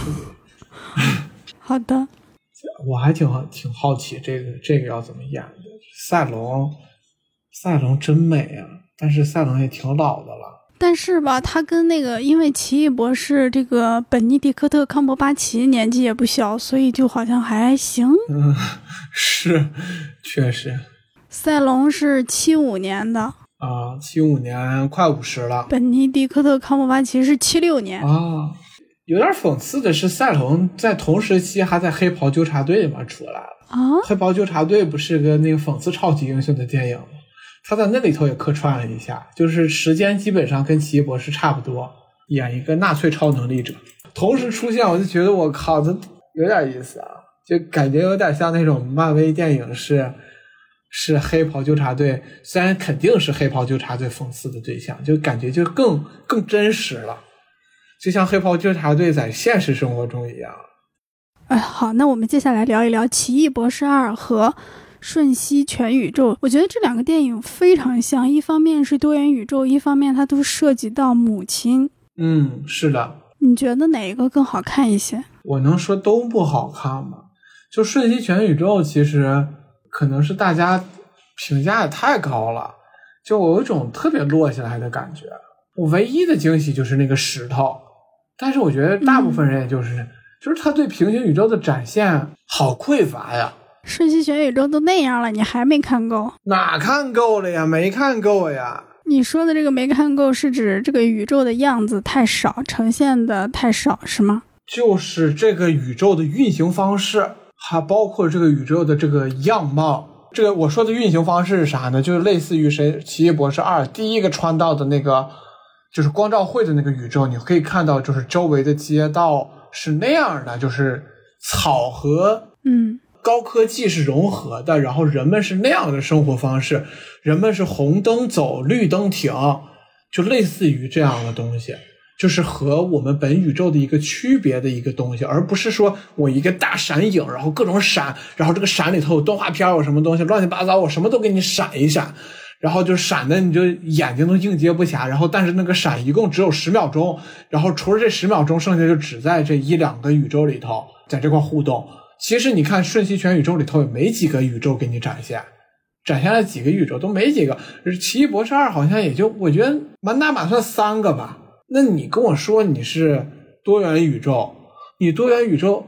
好的， 我还挺好奇这个要怎么演的。赛隆真美啊，但是赛隆也挺老的了。 但是吧，他跟那个因为奇异博士这个本尼迪克特康伯巴奇年纪也不小，所以就好像还行。 是，确实。 赛隆是75年的 75年快50了。 本尼迪克特康伯巴奇是76年。 有点讽刺的是，赛隆在同时期还在黑袍纠察队里面出来了。黑袍纠察队不是个那个讽刺超级英雄的电影吗？他在那里头也客串了一下，就是时间基本上跟奇异博士差不多，演一个纳粹超能力者同时出现，我就觉得我靠，这有点意思啊，就感觉有点像那种漫威电影是黑袍纠察队，虽然肯定是黑袍纠察队讽刺的对象，就感觉就更真实了，就像黑袍纠察队在现实生活中一样。 好，那我们接下来聊一聊奇异博士2和瞬息全宇宙。我觉得这两个电影非常像，一方面是多元宇宙，一方面它都涉及到母亲。 是的。 你觉得哪一个更好看一些？ 我能说都不好看吗？就瞬息全宇宙其实可能是大家评价也太高了，就我有一种特别落下来的感觉。我唯一的惊喜就是那个石头，但是我觉得大部分人也就是他对平行宇宙的展现好匮乏呀。 瞬息全宇宙都那样了，你还没看够？ 哪看够了呀？没看够呀。 你说的这个没看够是指这个宇宙的样子太少，呈现的太少是吗？ 就是这个宇宙的运行方式，还包括这个宇宙的这个样貌。这个我说的运行方式是啥呢？就是类似于奇异博士2第一个穿到的那个就是光照会的那个宇宙，你可以看到就是周围的街道是那样的，就是草和高科技是融合的，然后人们是那样的生活方式，人们是红灯走绿灯停，就类似于这样的东西，就是和我们本宇宙的一个区别的一个东西，而不是说我一个大闪影，然后各种闪，然后这个闪里头有动画片有什么东西乱七八糟，我什么都给你闪一闪，然后就闪的你就眼睛都应接不暇，然后但是那个闪一共只有10秒钟，然后除了这10秒钟剩下就只在这1-2个宇宙里头在这块互动。其实你看瞬息全宇宙里头也没几个宇宙给你展现了几个宇宙都没几个，奇异博士2好像也就我觉得满打满算3个吧。那你跟我说你是多元宇宙，你多元宇宙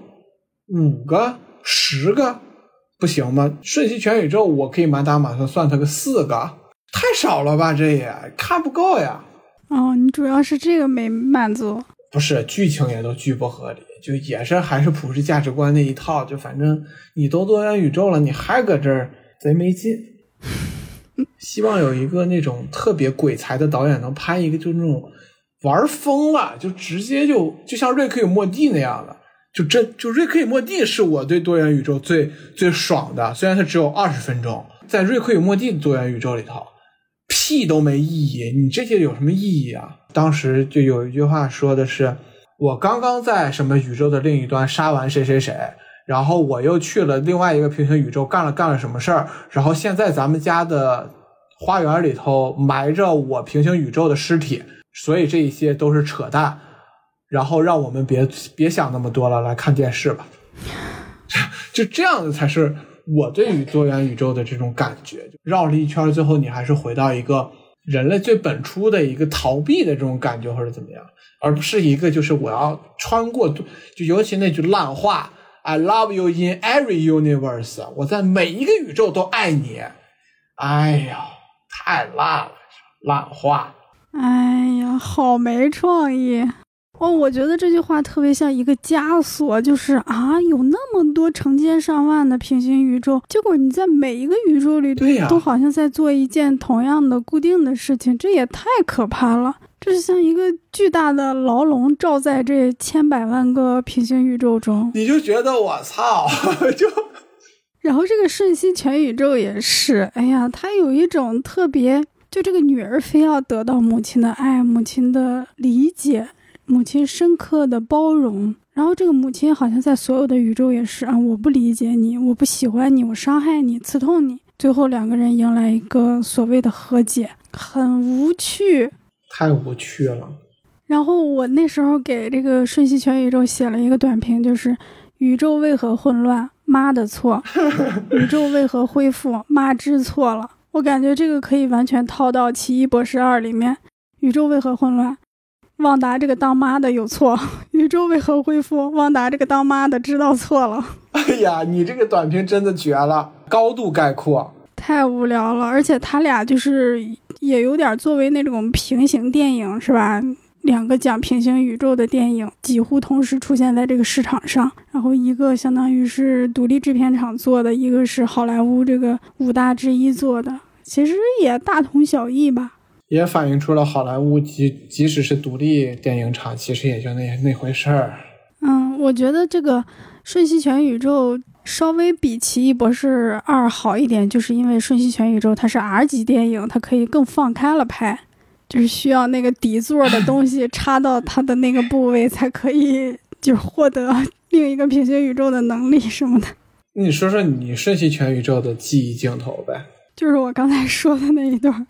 5个10个不行吗？瞬息全宇宙我可以满打满算它个4个，太少了吧，这也看不够呀。 哦，你主要是这个没满足。 不是，剧情也都巨不合理，就也是还是普世价值观那一套，就反正你都多元宇宙了，你还搁这儿贼没劲。希望有一个那种特别鬼才的导演能拍一个就那种玩疯了，就直接就像瑞克与莫蒂那样的，就瑞克与莫蒂是我对多元宇宙最爽的，虽然它只有20分钟，在瑞克与莫蒂的多元宇宙里头屁都没意义，你这些有什么意义啊？当时就有一句话说的是，我刚刚在什么宇宙的另一端杀完谁谁谁，然后我又去了另外一个平行宇宙干了什么事儿，然后现在咱们家的花园里头埋着我平行宇宙的尸体，所以这一些都是扯淡，然后让我们别想那么多了，来看电视吧。就这样的才是我对于多元宇宙的这种感觉，绕了一圈最后你还是回到一个人类最本初的一个逃避的这种感觉或者怎么样，而不是一个就是我要穿过，就尤其那句烂话 I love you in every universe， 我在每一个宇宙都爱你。哎呀，太烂了，烂话。 哎呀，好没创意哦！我觉得这句话特别像一个枷锁，就是啊，有那么多成千上万的平行宇宙，结果你在每一个宇宙里都好像在做一件同样的固定的事情，这也太可怕了。这是像一个巨大的牢笼罩在这千百万个平行宇宙中， 你就觉得我操就然后这个瞬息全宇宙也是，哎呀，它有一种特别，就这个女儿非要得到母亲的爱，母亲的理解，母亲深刻的包容，然后这个母亲好像在所有的宇宙也是啊，我不理解你，我不喜欢你，我伤害你，刺痛你，最后两个人迎来一个所谓的和解，很无趣， 太无趣了。 然后我那时候给这个瞬息全宇宙写了一个短评，就是宇宙为何混乱，妈的错，宇宙为何恢复，妈知错了。我感觉这个可以完全套到奇异博士2里面，宇宙为何混乱，旺达这个当妈的有错，宇宙为何恢复，旺达这个当妈的知道错了。 哎呀，你这个短评真的绝了，高度概括， 太无聊了。而且他俩就是也有点作为那种平行电影是吧，两个讲平行宇宙的电影几乎同时出现在这个市场上，然后一个相当于是独立制片厂做的，一个是好莱坞这个5大之一做的，其实也大同小异吧， 也反映出了好莱坞即使是独立电影厂其实也就那回事儿。 我觉得这个瞬息全宇宙稍微比奇异博士2好一点，就是因为瞬息全宇宙它是 R 级电影，它可以更放开了拍，就是需要那个底座的东西插到它的那个部位才可以就是获得另一个平行宇宙的能力什么的。 你说说你瞬息全宇宙的记忆镜头呗。 就是我刚才说的那一段。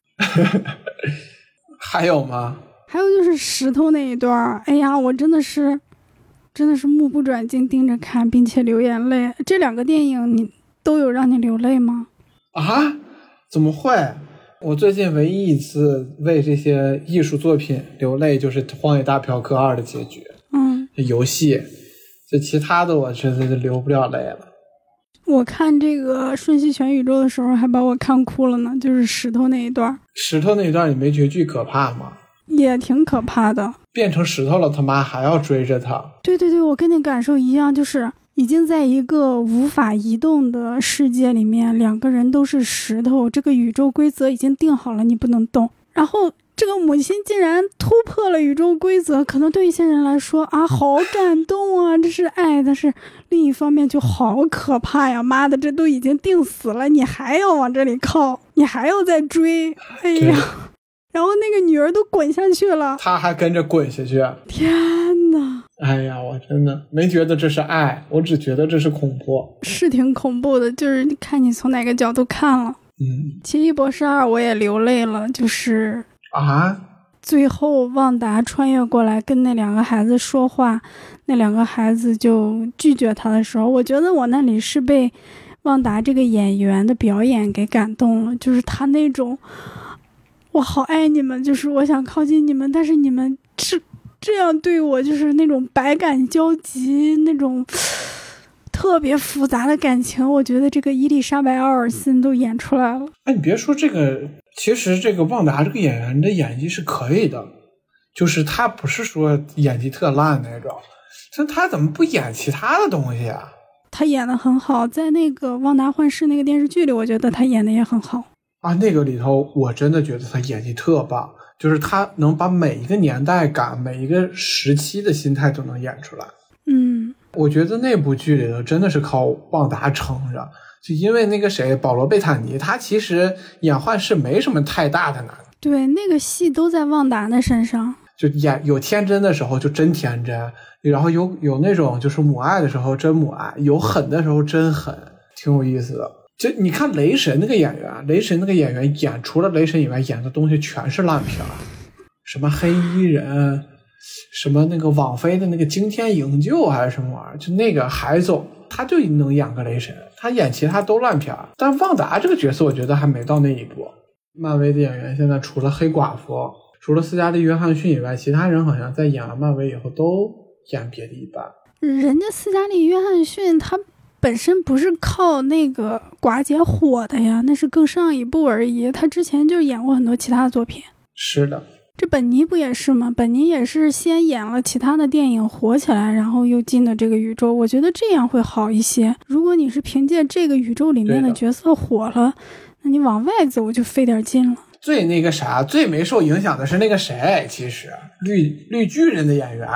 还有吗？ 还有就是石头那一段，哎呀，我真的是目不转睛盯着看，并且流眼泪。这两个电影你都有让你流泪吗？ 啊？怎么会？我最近唯一一次为这些艺术作品流泪就是《荒野大嫖客2》的结局。游戏，就其他的我真的流不了泪了。 我看这个《瞬息全宇宙》的时候还把我看哭了呢，就是石头那一段。 石头那一段你没觉得巨可怕吗？ 也挺可怕的， 变成石头了他妈还要追着他。 对对对，我跟你感受一样，就是已经在一个无法移动的世界里面，两个人都是石头，这个宇宙规则已经定好了，你不能动。然后这个母亲竟然突破了宇宙规则，可能对一些人来说啊，好感动啊，这是爱，但是另一方面就好可怕呀！妈的，这都已经定死了，你还要往这里靠，你还要再追，哎呀！然后那个女儿都滚下去了， 他还跟着滚下去。 天哪！ 哎呀，我真的没觉得这是爱，我只觉得这是恐怖。 是挺恐怖的，就是看你从哪个角度看了。奇异博士2我也流泪了，就是最后旺达穿越过来跟那两个孩子说话，那两个孩子就拒绝他的时候，我觉得我那里是被旺达这个演员的表演给感动了，就是他那种我好爱你们，就是我想靠近你们，但是你们这样对我，就是那种百感交集，那种特别复杂的感情，我觉得这个伊丽莎白·奥尔森都演出来了。 哎，你别说这个，其实这个旺达这个演员的演技是可以的，就是他不是说演技特烂那种，但他怎么不演其他的东西啊？ 他演得很好，在那个《旺达幻视》那个电视剧里，我觉得他演得也很好啊。那个里头我真的觉得他演技特棒，就是他能把每一个年代感、每一个时期的心态都能演出来。我觉得那部剧里头真的是靠旺达撑着，就因为那个谁保罗贝坦尼，他其实演幻视没什么太大的难。 对，那个戏都在旺达的身上， 就演有天真的时候就真天真，然后有那种就是母爱的时候真母爱，有狠的时候真狠，挺有意思的。就你看雷神那个演员演除了雷神以外演的东西全是烂片，什么黑衣人，什么那个网飞的那个惊天营救还是什么玩意儿，就那个海总他就能演个雷神，他演其他都烂片。但旺达这个角色我觉得还没到那一步。漫威的演员现在除了黑寡妇，除了斯嘉丽·约翰逊以外，其他人好像在演了漫威以后都演别的一般。 人家斯嘉丽·约翰逊他本身不是靠那个寡姐火的呀，那是更上一部而已，他之前就演过很多其他作品。 是的， 这本尼不也是吗？本尼也是先演了其他的电影火起来，然后又进了这个宇宙，我觉得这样会好一些。如果你是凭借这个宇宙里面的角色火了，那你往外走就费点劲了。 最那个啥，最没受影响的是那个谁，其实绿巨人的演员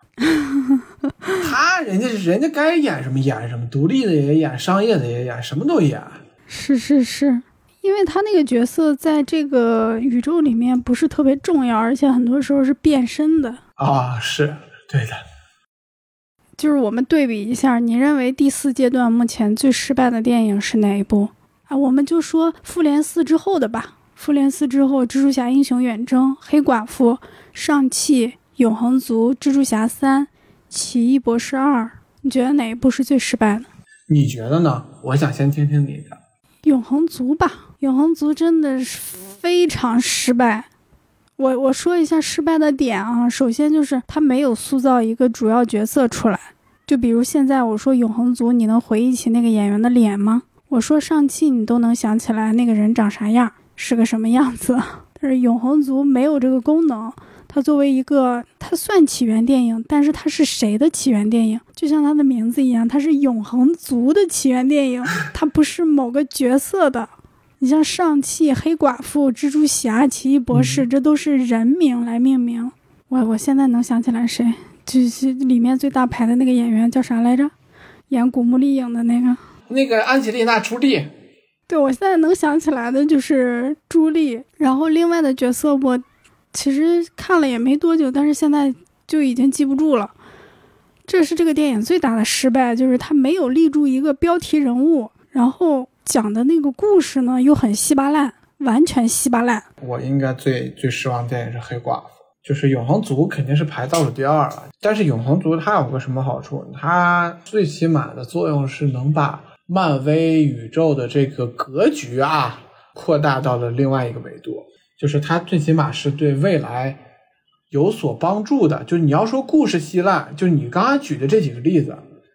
他人家该演什么演什么，独立的也演，商业的也演，什么都演。 是，因为他那个角色在这个宇宙里面不是特别重要，而且很多时候是变身的啊，是对的。 就是我们对比一下，你认为第4阶段目前最失败的电影是哪一部啊？我们就说复联4之后的吧。复联4之后，蜘蛛侠英雄远征、黑寡妇、上汽、永恒族、蜘蛛侠3、奇异博士2，你觉得哪一部是最失败的？ 你觉得呢？我想先听听你的。 永恒族吧，永恒族真的是非常失败。我说一下失败的点啊，首先就是他没有塑造一个主要角色出来，就比如现在我说永恒族，你能回忆起那个演员的脸吗？我说上汽，你都能想起来那个人长啥样，是个什么样子。但是永恒族没有这个功能，它作为一个，它算起源电影，但是它是谁的起源电影？就像它的名字一样，它是永恒族的起源电影，它不是某个角色的。你像上汽、黑寡妇、蜘蛛侠、奇异博士，这都是人名来命名。我现在能想起来谁？就是里面最大牌的那个演员叫啥来着？演古墓丽影的那个安吉丽娜·朱莉。 对，我现在能想起来的就是朱莉，然后另外的角色我其实看了也没多久，但是现在就已经记不住了。这是这个电影最大的失败，就是它没有立住一个标题人物，然后讲的那个故事呢又很稀巴烂，完全稀巴烂。 我应该最失望的电影是黑寡妇，就是永恒族肯定是排倒数第2了。但是永恒族它有个什么好处？它最起码的作用是能把漫威宇宙的这个格局啊扩大到了另外一个维度，就是它最起码是对未来有所帮助的。就你要说故事稀烂，就你刚才举的这几个例子，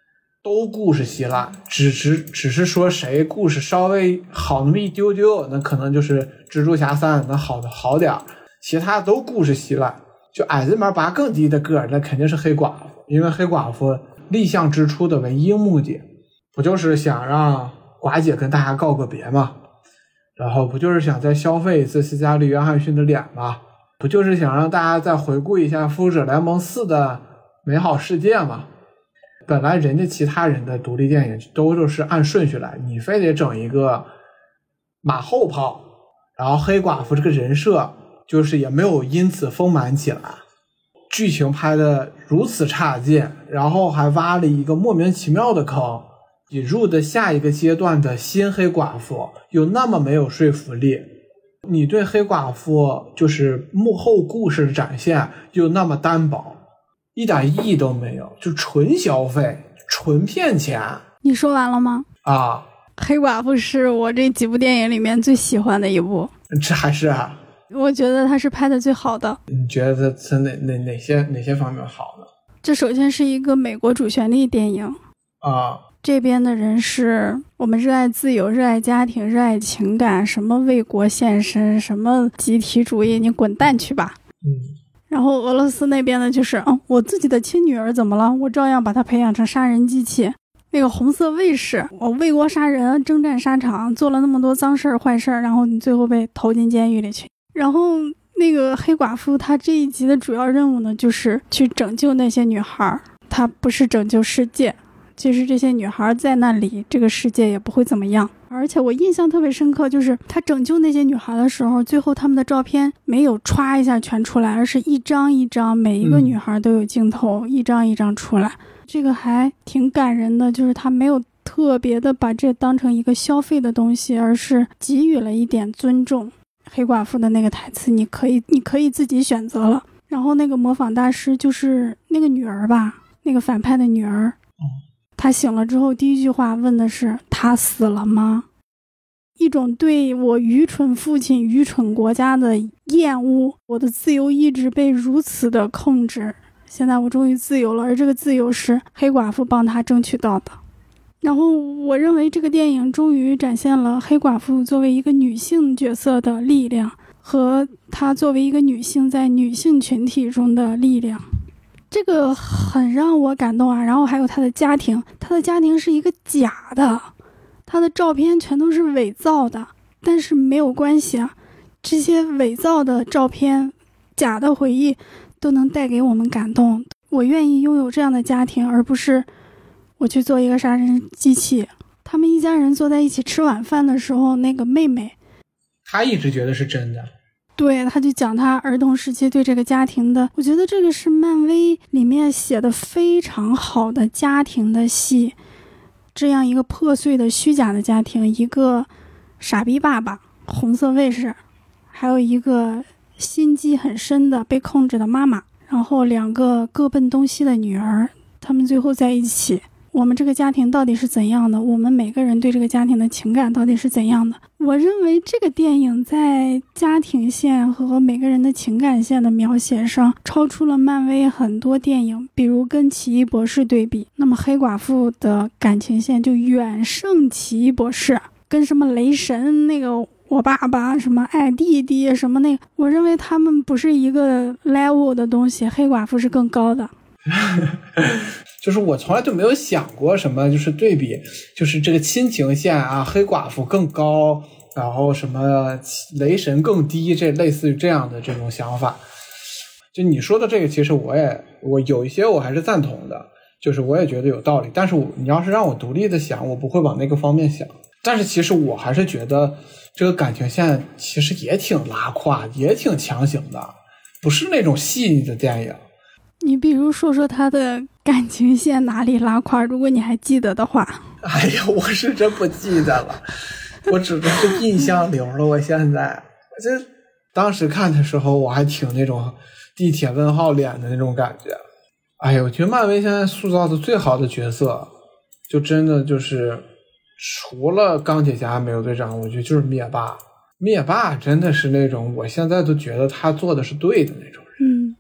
都故事稀烂，只是说谁故事稍微好那么一丢丢，那可能就是蜘蛛侠3能好点，其他都故事稀烂。就矮子里面拔更低的个，那肯定是黑寡妇，因为黑寡妇立项之初的唯一目的不就是想让寡姐跟大家告个别吗？然后不就是想再消费一次斯嘉丽·约翰逊的脸吗？不就是想让大家再回顾一下复仇者联盟4的美好世界吗？本来人家其他人的独立电影都是按顺序来，你非得整一个马后炮，然后黑寡妇这个人设就是也没有因此丰满起来，剧情拍的如此差劲，然后还挖了一个莫名其妙的坑，引入的下一个阶段的新黑寡妇有那么没有说服力，你对黑寡妇就是幕后故事的展现又那么单薄，一点意义都没有，就纯消费，纯骗钱。 你说完了吗？ 啊， 黑寡妇是我这几部电影里面最喜欢的一部。 这还是啊？ 我觉得它是拍的最好的。 你觉得它哪些方面好呢？ 这首先是一个美国主旋律电影啊， 这边的人是我们热爱自由、热爱家庭、热爱情感，什么为国献身，什么集体主义，你滚蛋去吧。然后俄罗斯那边的就是我自己的亲女儿怎么了，我照样把她培养成杀人机器。那个红色卫士，我为国杀人，征战沙场，做了那么多脏事儿坏事儿，然后你最后被投进监狱里去。然后那个黑寡妇她这一集的主要任务呢，就是去拯救那些女孩，她不是拯救世界，其实这些女孩在那里，这个世界也不会怎么样。而且我印象特别深刻，就是她拯救那些女孩的时候，最后她们的照片没有歘一下全出来，而是一张一张，每一个女孩都有镜头，一张一张出来，这个还挺感人的，就是她没有特别的把这当成一个消费的东西，而是给予了一点尊重。黑寡妇的那个台词你可以自己选择了。然后那个模仿大师就是那个女儿吧，那个反派的女儿，她醒了之后第一句话问的是她死了吗？一种对我愚蠢父亲愚蠢国家的厌恶，我的自由意志被如此的控制，现在我终于自由了，而这个自由是黑寡妇帮她争取到的。然后我认为这个电影终于展现了黑寡妇作为一个女性角色的力量，和她作为一个女性在女性群体中的力量，这个很让我感动啊。然后还有她的家庭，她的家庭是一个假的，她的照片全都是伪造的，但是没有关系啊，这些伪造的照片、假的回忆都能带给我们感动。我愿意拥有这样的家庭，而不是我去做一个杀人机器。他们一家人坐在一起吃晚饭的时候，那个妹妹她一直觉得是真的， 对，他就讲他儿童时期对这个家庭的，我觉得这个是漫威里面写的非常好的家庭的戏。这样一个破碎的虚假的家庭，一个傻逼爸爸红色卫士，还有一个心机很深的被控制的妈妈，然后两个各奔东西的女儿，他们最后在一起。我们这个家庭到底是怎样的？我们每个人对这个家庭的情感到底是怎样的？我认为这个电影在家庭线和每个人的情感线的描写上超出了漫威很多电影，比如跟奇异博士对比，那么黑寡妇的感情线就远胜奇异博士，跟什么雷神那个我爸爸什么爱弟弟什么那个，我认为他们不是一个 level 的东西，黑寡妇是更高的。 就是我从来就没有想过什么就是对比，就是这个亲情线啊，黑寡妇更高，然后什么雷神更低，这类似于这样的这种想法。就你说的这个，其实我有一些我还是赞同的，就是我也觉得有道理，但是你要是让我独立的想，我不会往那个方面想。但是其实我还是觉得这个感情线其实也挺拉胯，也挺强行的，不是那种细腻的电影。 你比如说说他的感情线哪里拉胯，如果你还记得的话。 哎呀，我是真不记得了，我只是印象流了。我现在这当时看的时候，我还挺那种地铁问号脸的那种感觉。哎呀，我觉得漫威现在塑造的最好的角色，就真的就是除了钢铁侠、美国队长，我觉得就是灭霸。灭霸真的是那种我现在都觉得他做的是对的那种人。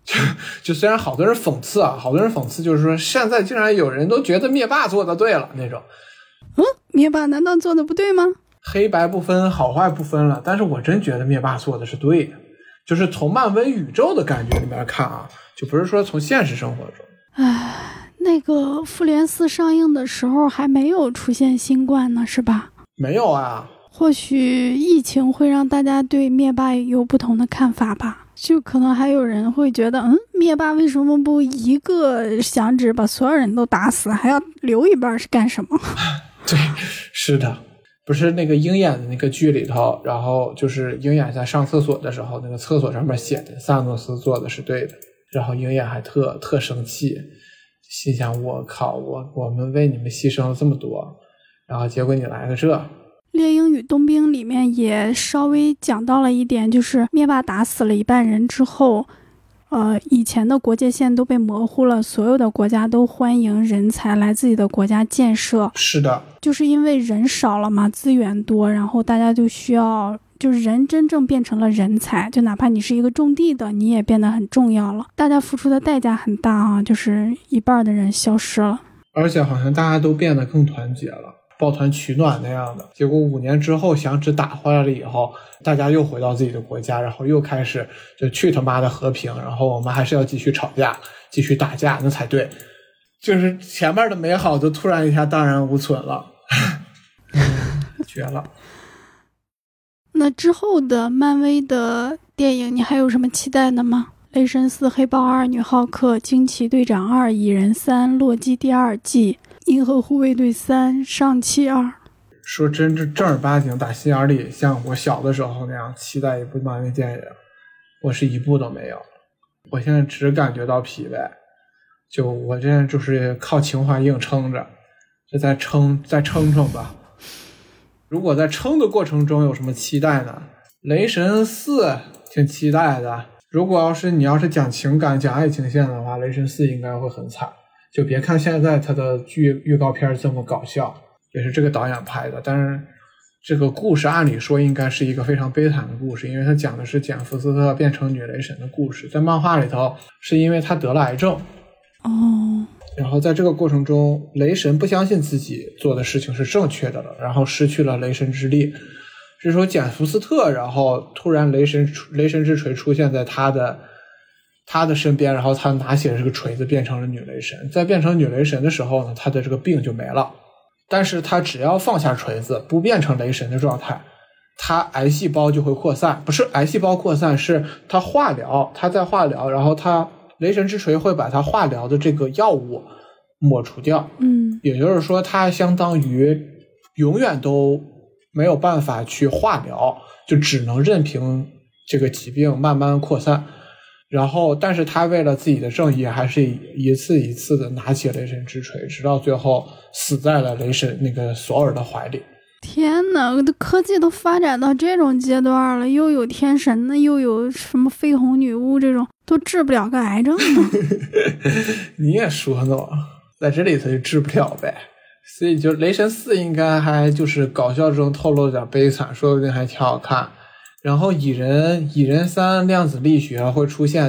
就虽然好多人讽刺啊，好多人讽刺就是说现在竟然有人都觉得灭霸做的对了那种。 灭霸难道做的不对吗？ 黑白不分，好坏不分了，但是我真觉得灭霸做的是对的，就是从漫威宇宙的感觉里面看啊，就不是说从现实生活中。 那个复联4上映的时候还没有出现新冠呢，是吧？ 没有啊。 或许疫情会让大家对灭霸有不同的看法吧。就可能还有人会觉得，灭霸为什么不一个响指把所有人都打死，还要留一半是干什么？ 对，是的，不是那个鹰眼的那个剧里头，然后就是鹰眼在上厕所的时候，那个厕所上面写的萨诺斯做的是对的，然后鹰眼还特生气，心想我靠，我们为你们牺牲了这么多，然后结果你来个这。 猎鹰与冬兵里面也稍微讲到了一点，就是灭霸打死了一半人之后，以前的国界线都被模糊了，所有的国家都欢迎人才来自己的国家建设。 是的， 就是因为人少了嘛，资源多，然后大家就需要，就是人真正变成了人才，就哪怕你是一个种地的，你也变得很重要了。大家付出的代价很大啊，就是一半的人消失了， 而且好像大家都变得更团结了。抱团取暖那样的，结果5年之后响指打回来了以后，大家又回到自己的国家，然后又开始就去他妈的和平，然后我们还是要继续吵架继续打架那才对，就是前面的美好就突然一下荡然无存了。绝了。 那之后的漫威的电影你还有什么期待的吗？雷神4、黑豹2、女浩克、惊奇队长2、蚁人3、洛基第2季、银河护卫队3、上汽2。 说真正儿八经打心眼里像我小的时候那样期待一部漫威电影，我是一部都没有。我现在只感觉到疲惫，就我这样就是靠情怀硬撑着，就再撑吧。如果在撑的过程中有什么期待呢？雷神4挺期待的。如果你要是讲情感讲爱情线的话，雷神4应该会很惨。就别看现在他的预告片这么搞笑，也是这个导演拍的，但是这个故事按理说应该是一个非常悲惨的故事，因为他讲的是简·福斯特变成女雷神的故事。在漫画里头是因为他得了癌症，然后在这个过程中雷神不相信自己做的事情是正确的了，然后失去了雷神之力。是说简·福斯特然后突然雷神之锤出现在他的身边，然后他拿起了这个锤子变成了女雷神。在变成女雷神的时候呢，他的这个病就没了，但是他只要放下锤子不变成雷神的状态，他癌细胞就会扩散，不是癌细胞扩散，是他化疗，他在化疗，然后他雷神之锤会把他化疗的这个药物抹除掉。也就是说他相当于永远都没有办法去化疗，就只能任凭这个疾病慢慢扩散。然后但是他为了自己的正义还是一次一次的拿起雷神之锤，直到最后死在了雷神那个索尔的怀里。 天哪，科技都发展到这种阶段了，又有天神呢，又有什么绯红女巫，这种都治不了个癌症呢。 你也说呢，在这里头就治不了呗。所以就雷神4应该还就是搞笑中透露点悲惨，说不定还挺好看。然后蚁人3量子力学会出现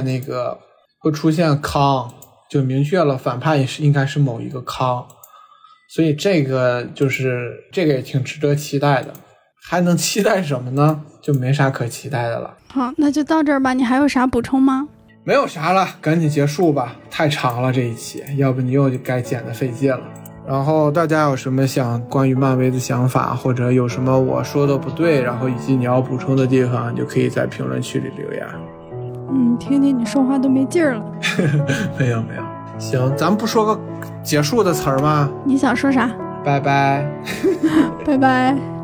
康，就明确了反派应该是某一个康，所以这个也挺值得期待的。还能期待什么呢？就没啥可期待的了。 好，那就到这儿吧。你还有啥补充吗？ 没有啥了，赶紧结束吧，太长了这一期，要不你又该剪的费劲了。然后大家有什么关于漫威的想法，或者有什么我说的不对，然后以及你要补充的地方，你就可以在评论区里留言。 听听你说话都没劲儿了。 没有，行，咱们不说个结束的词儿吗？ 你想说啥？ 拜拜。 拜拜。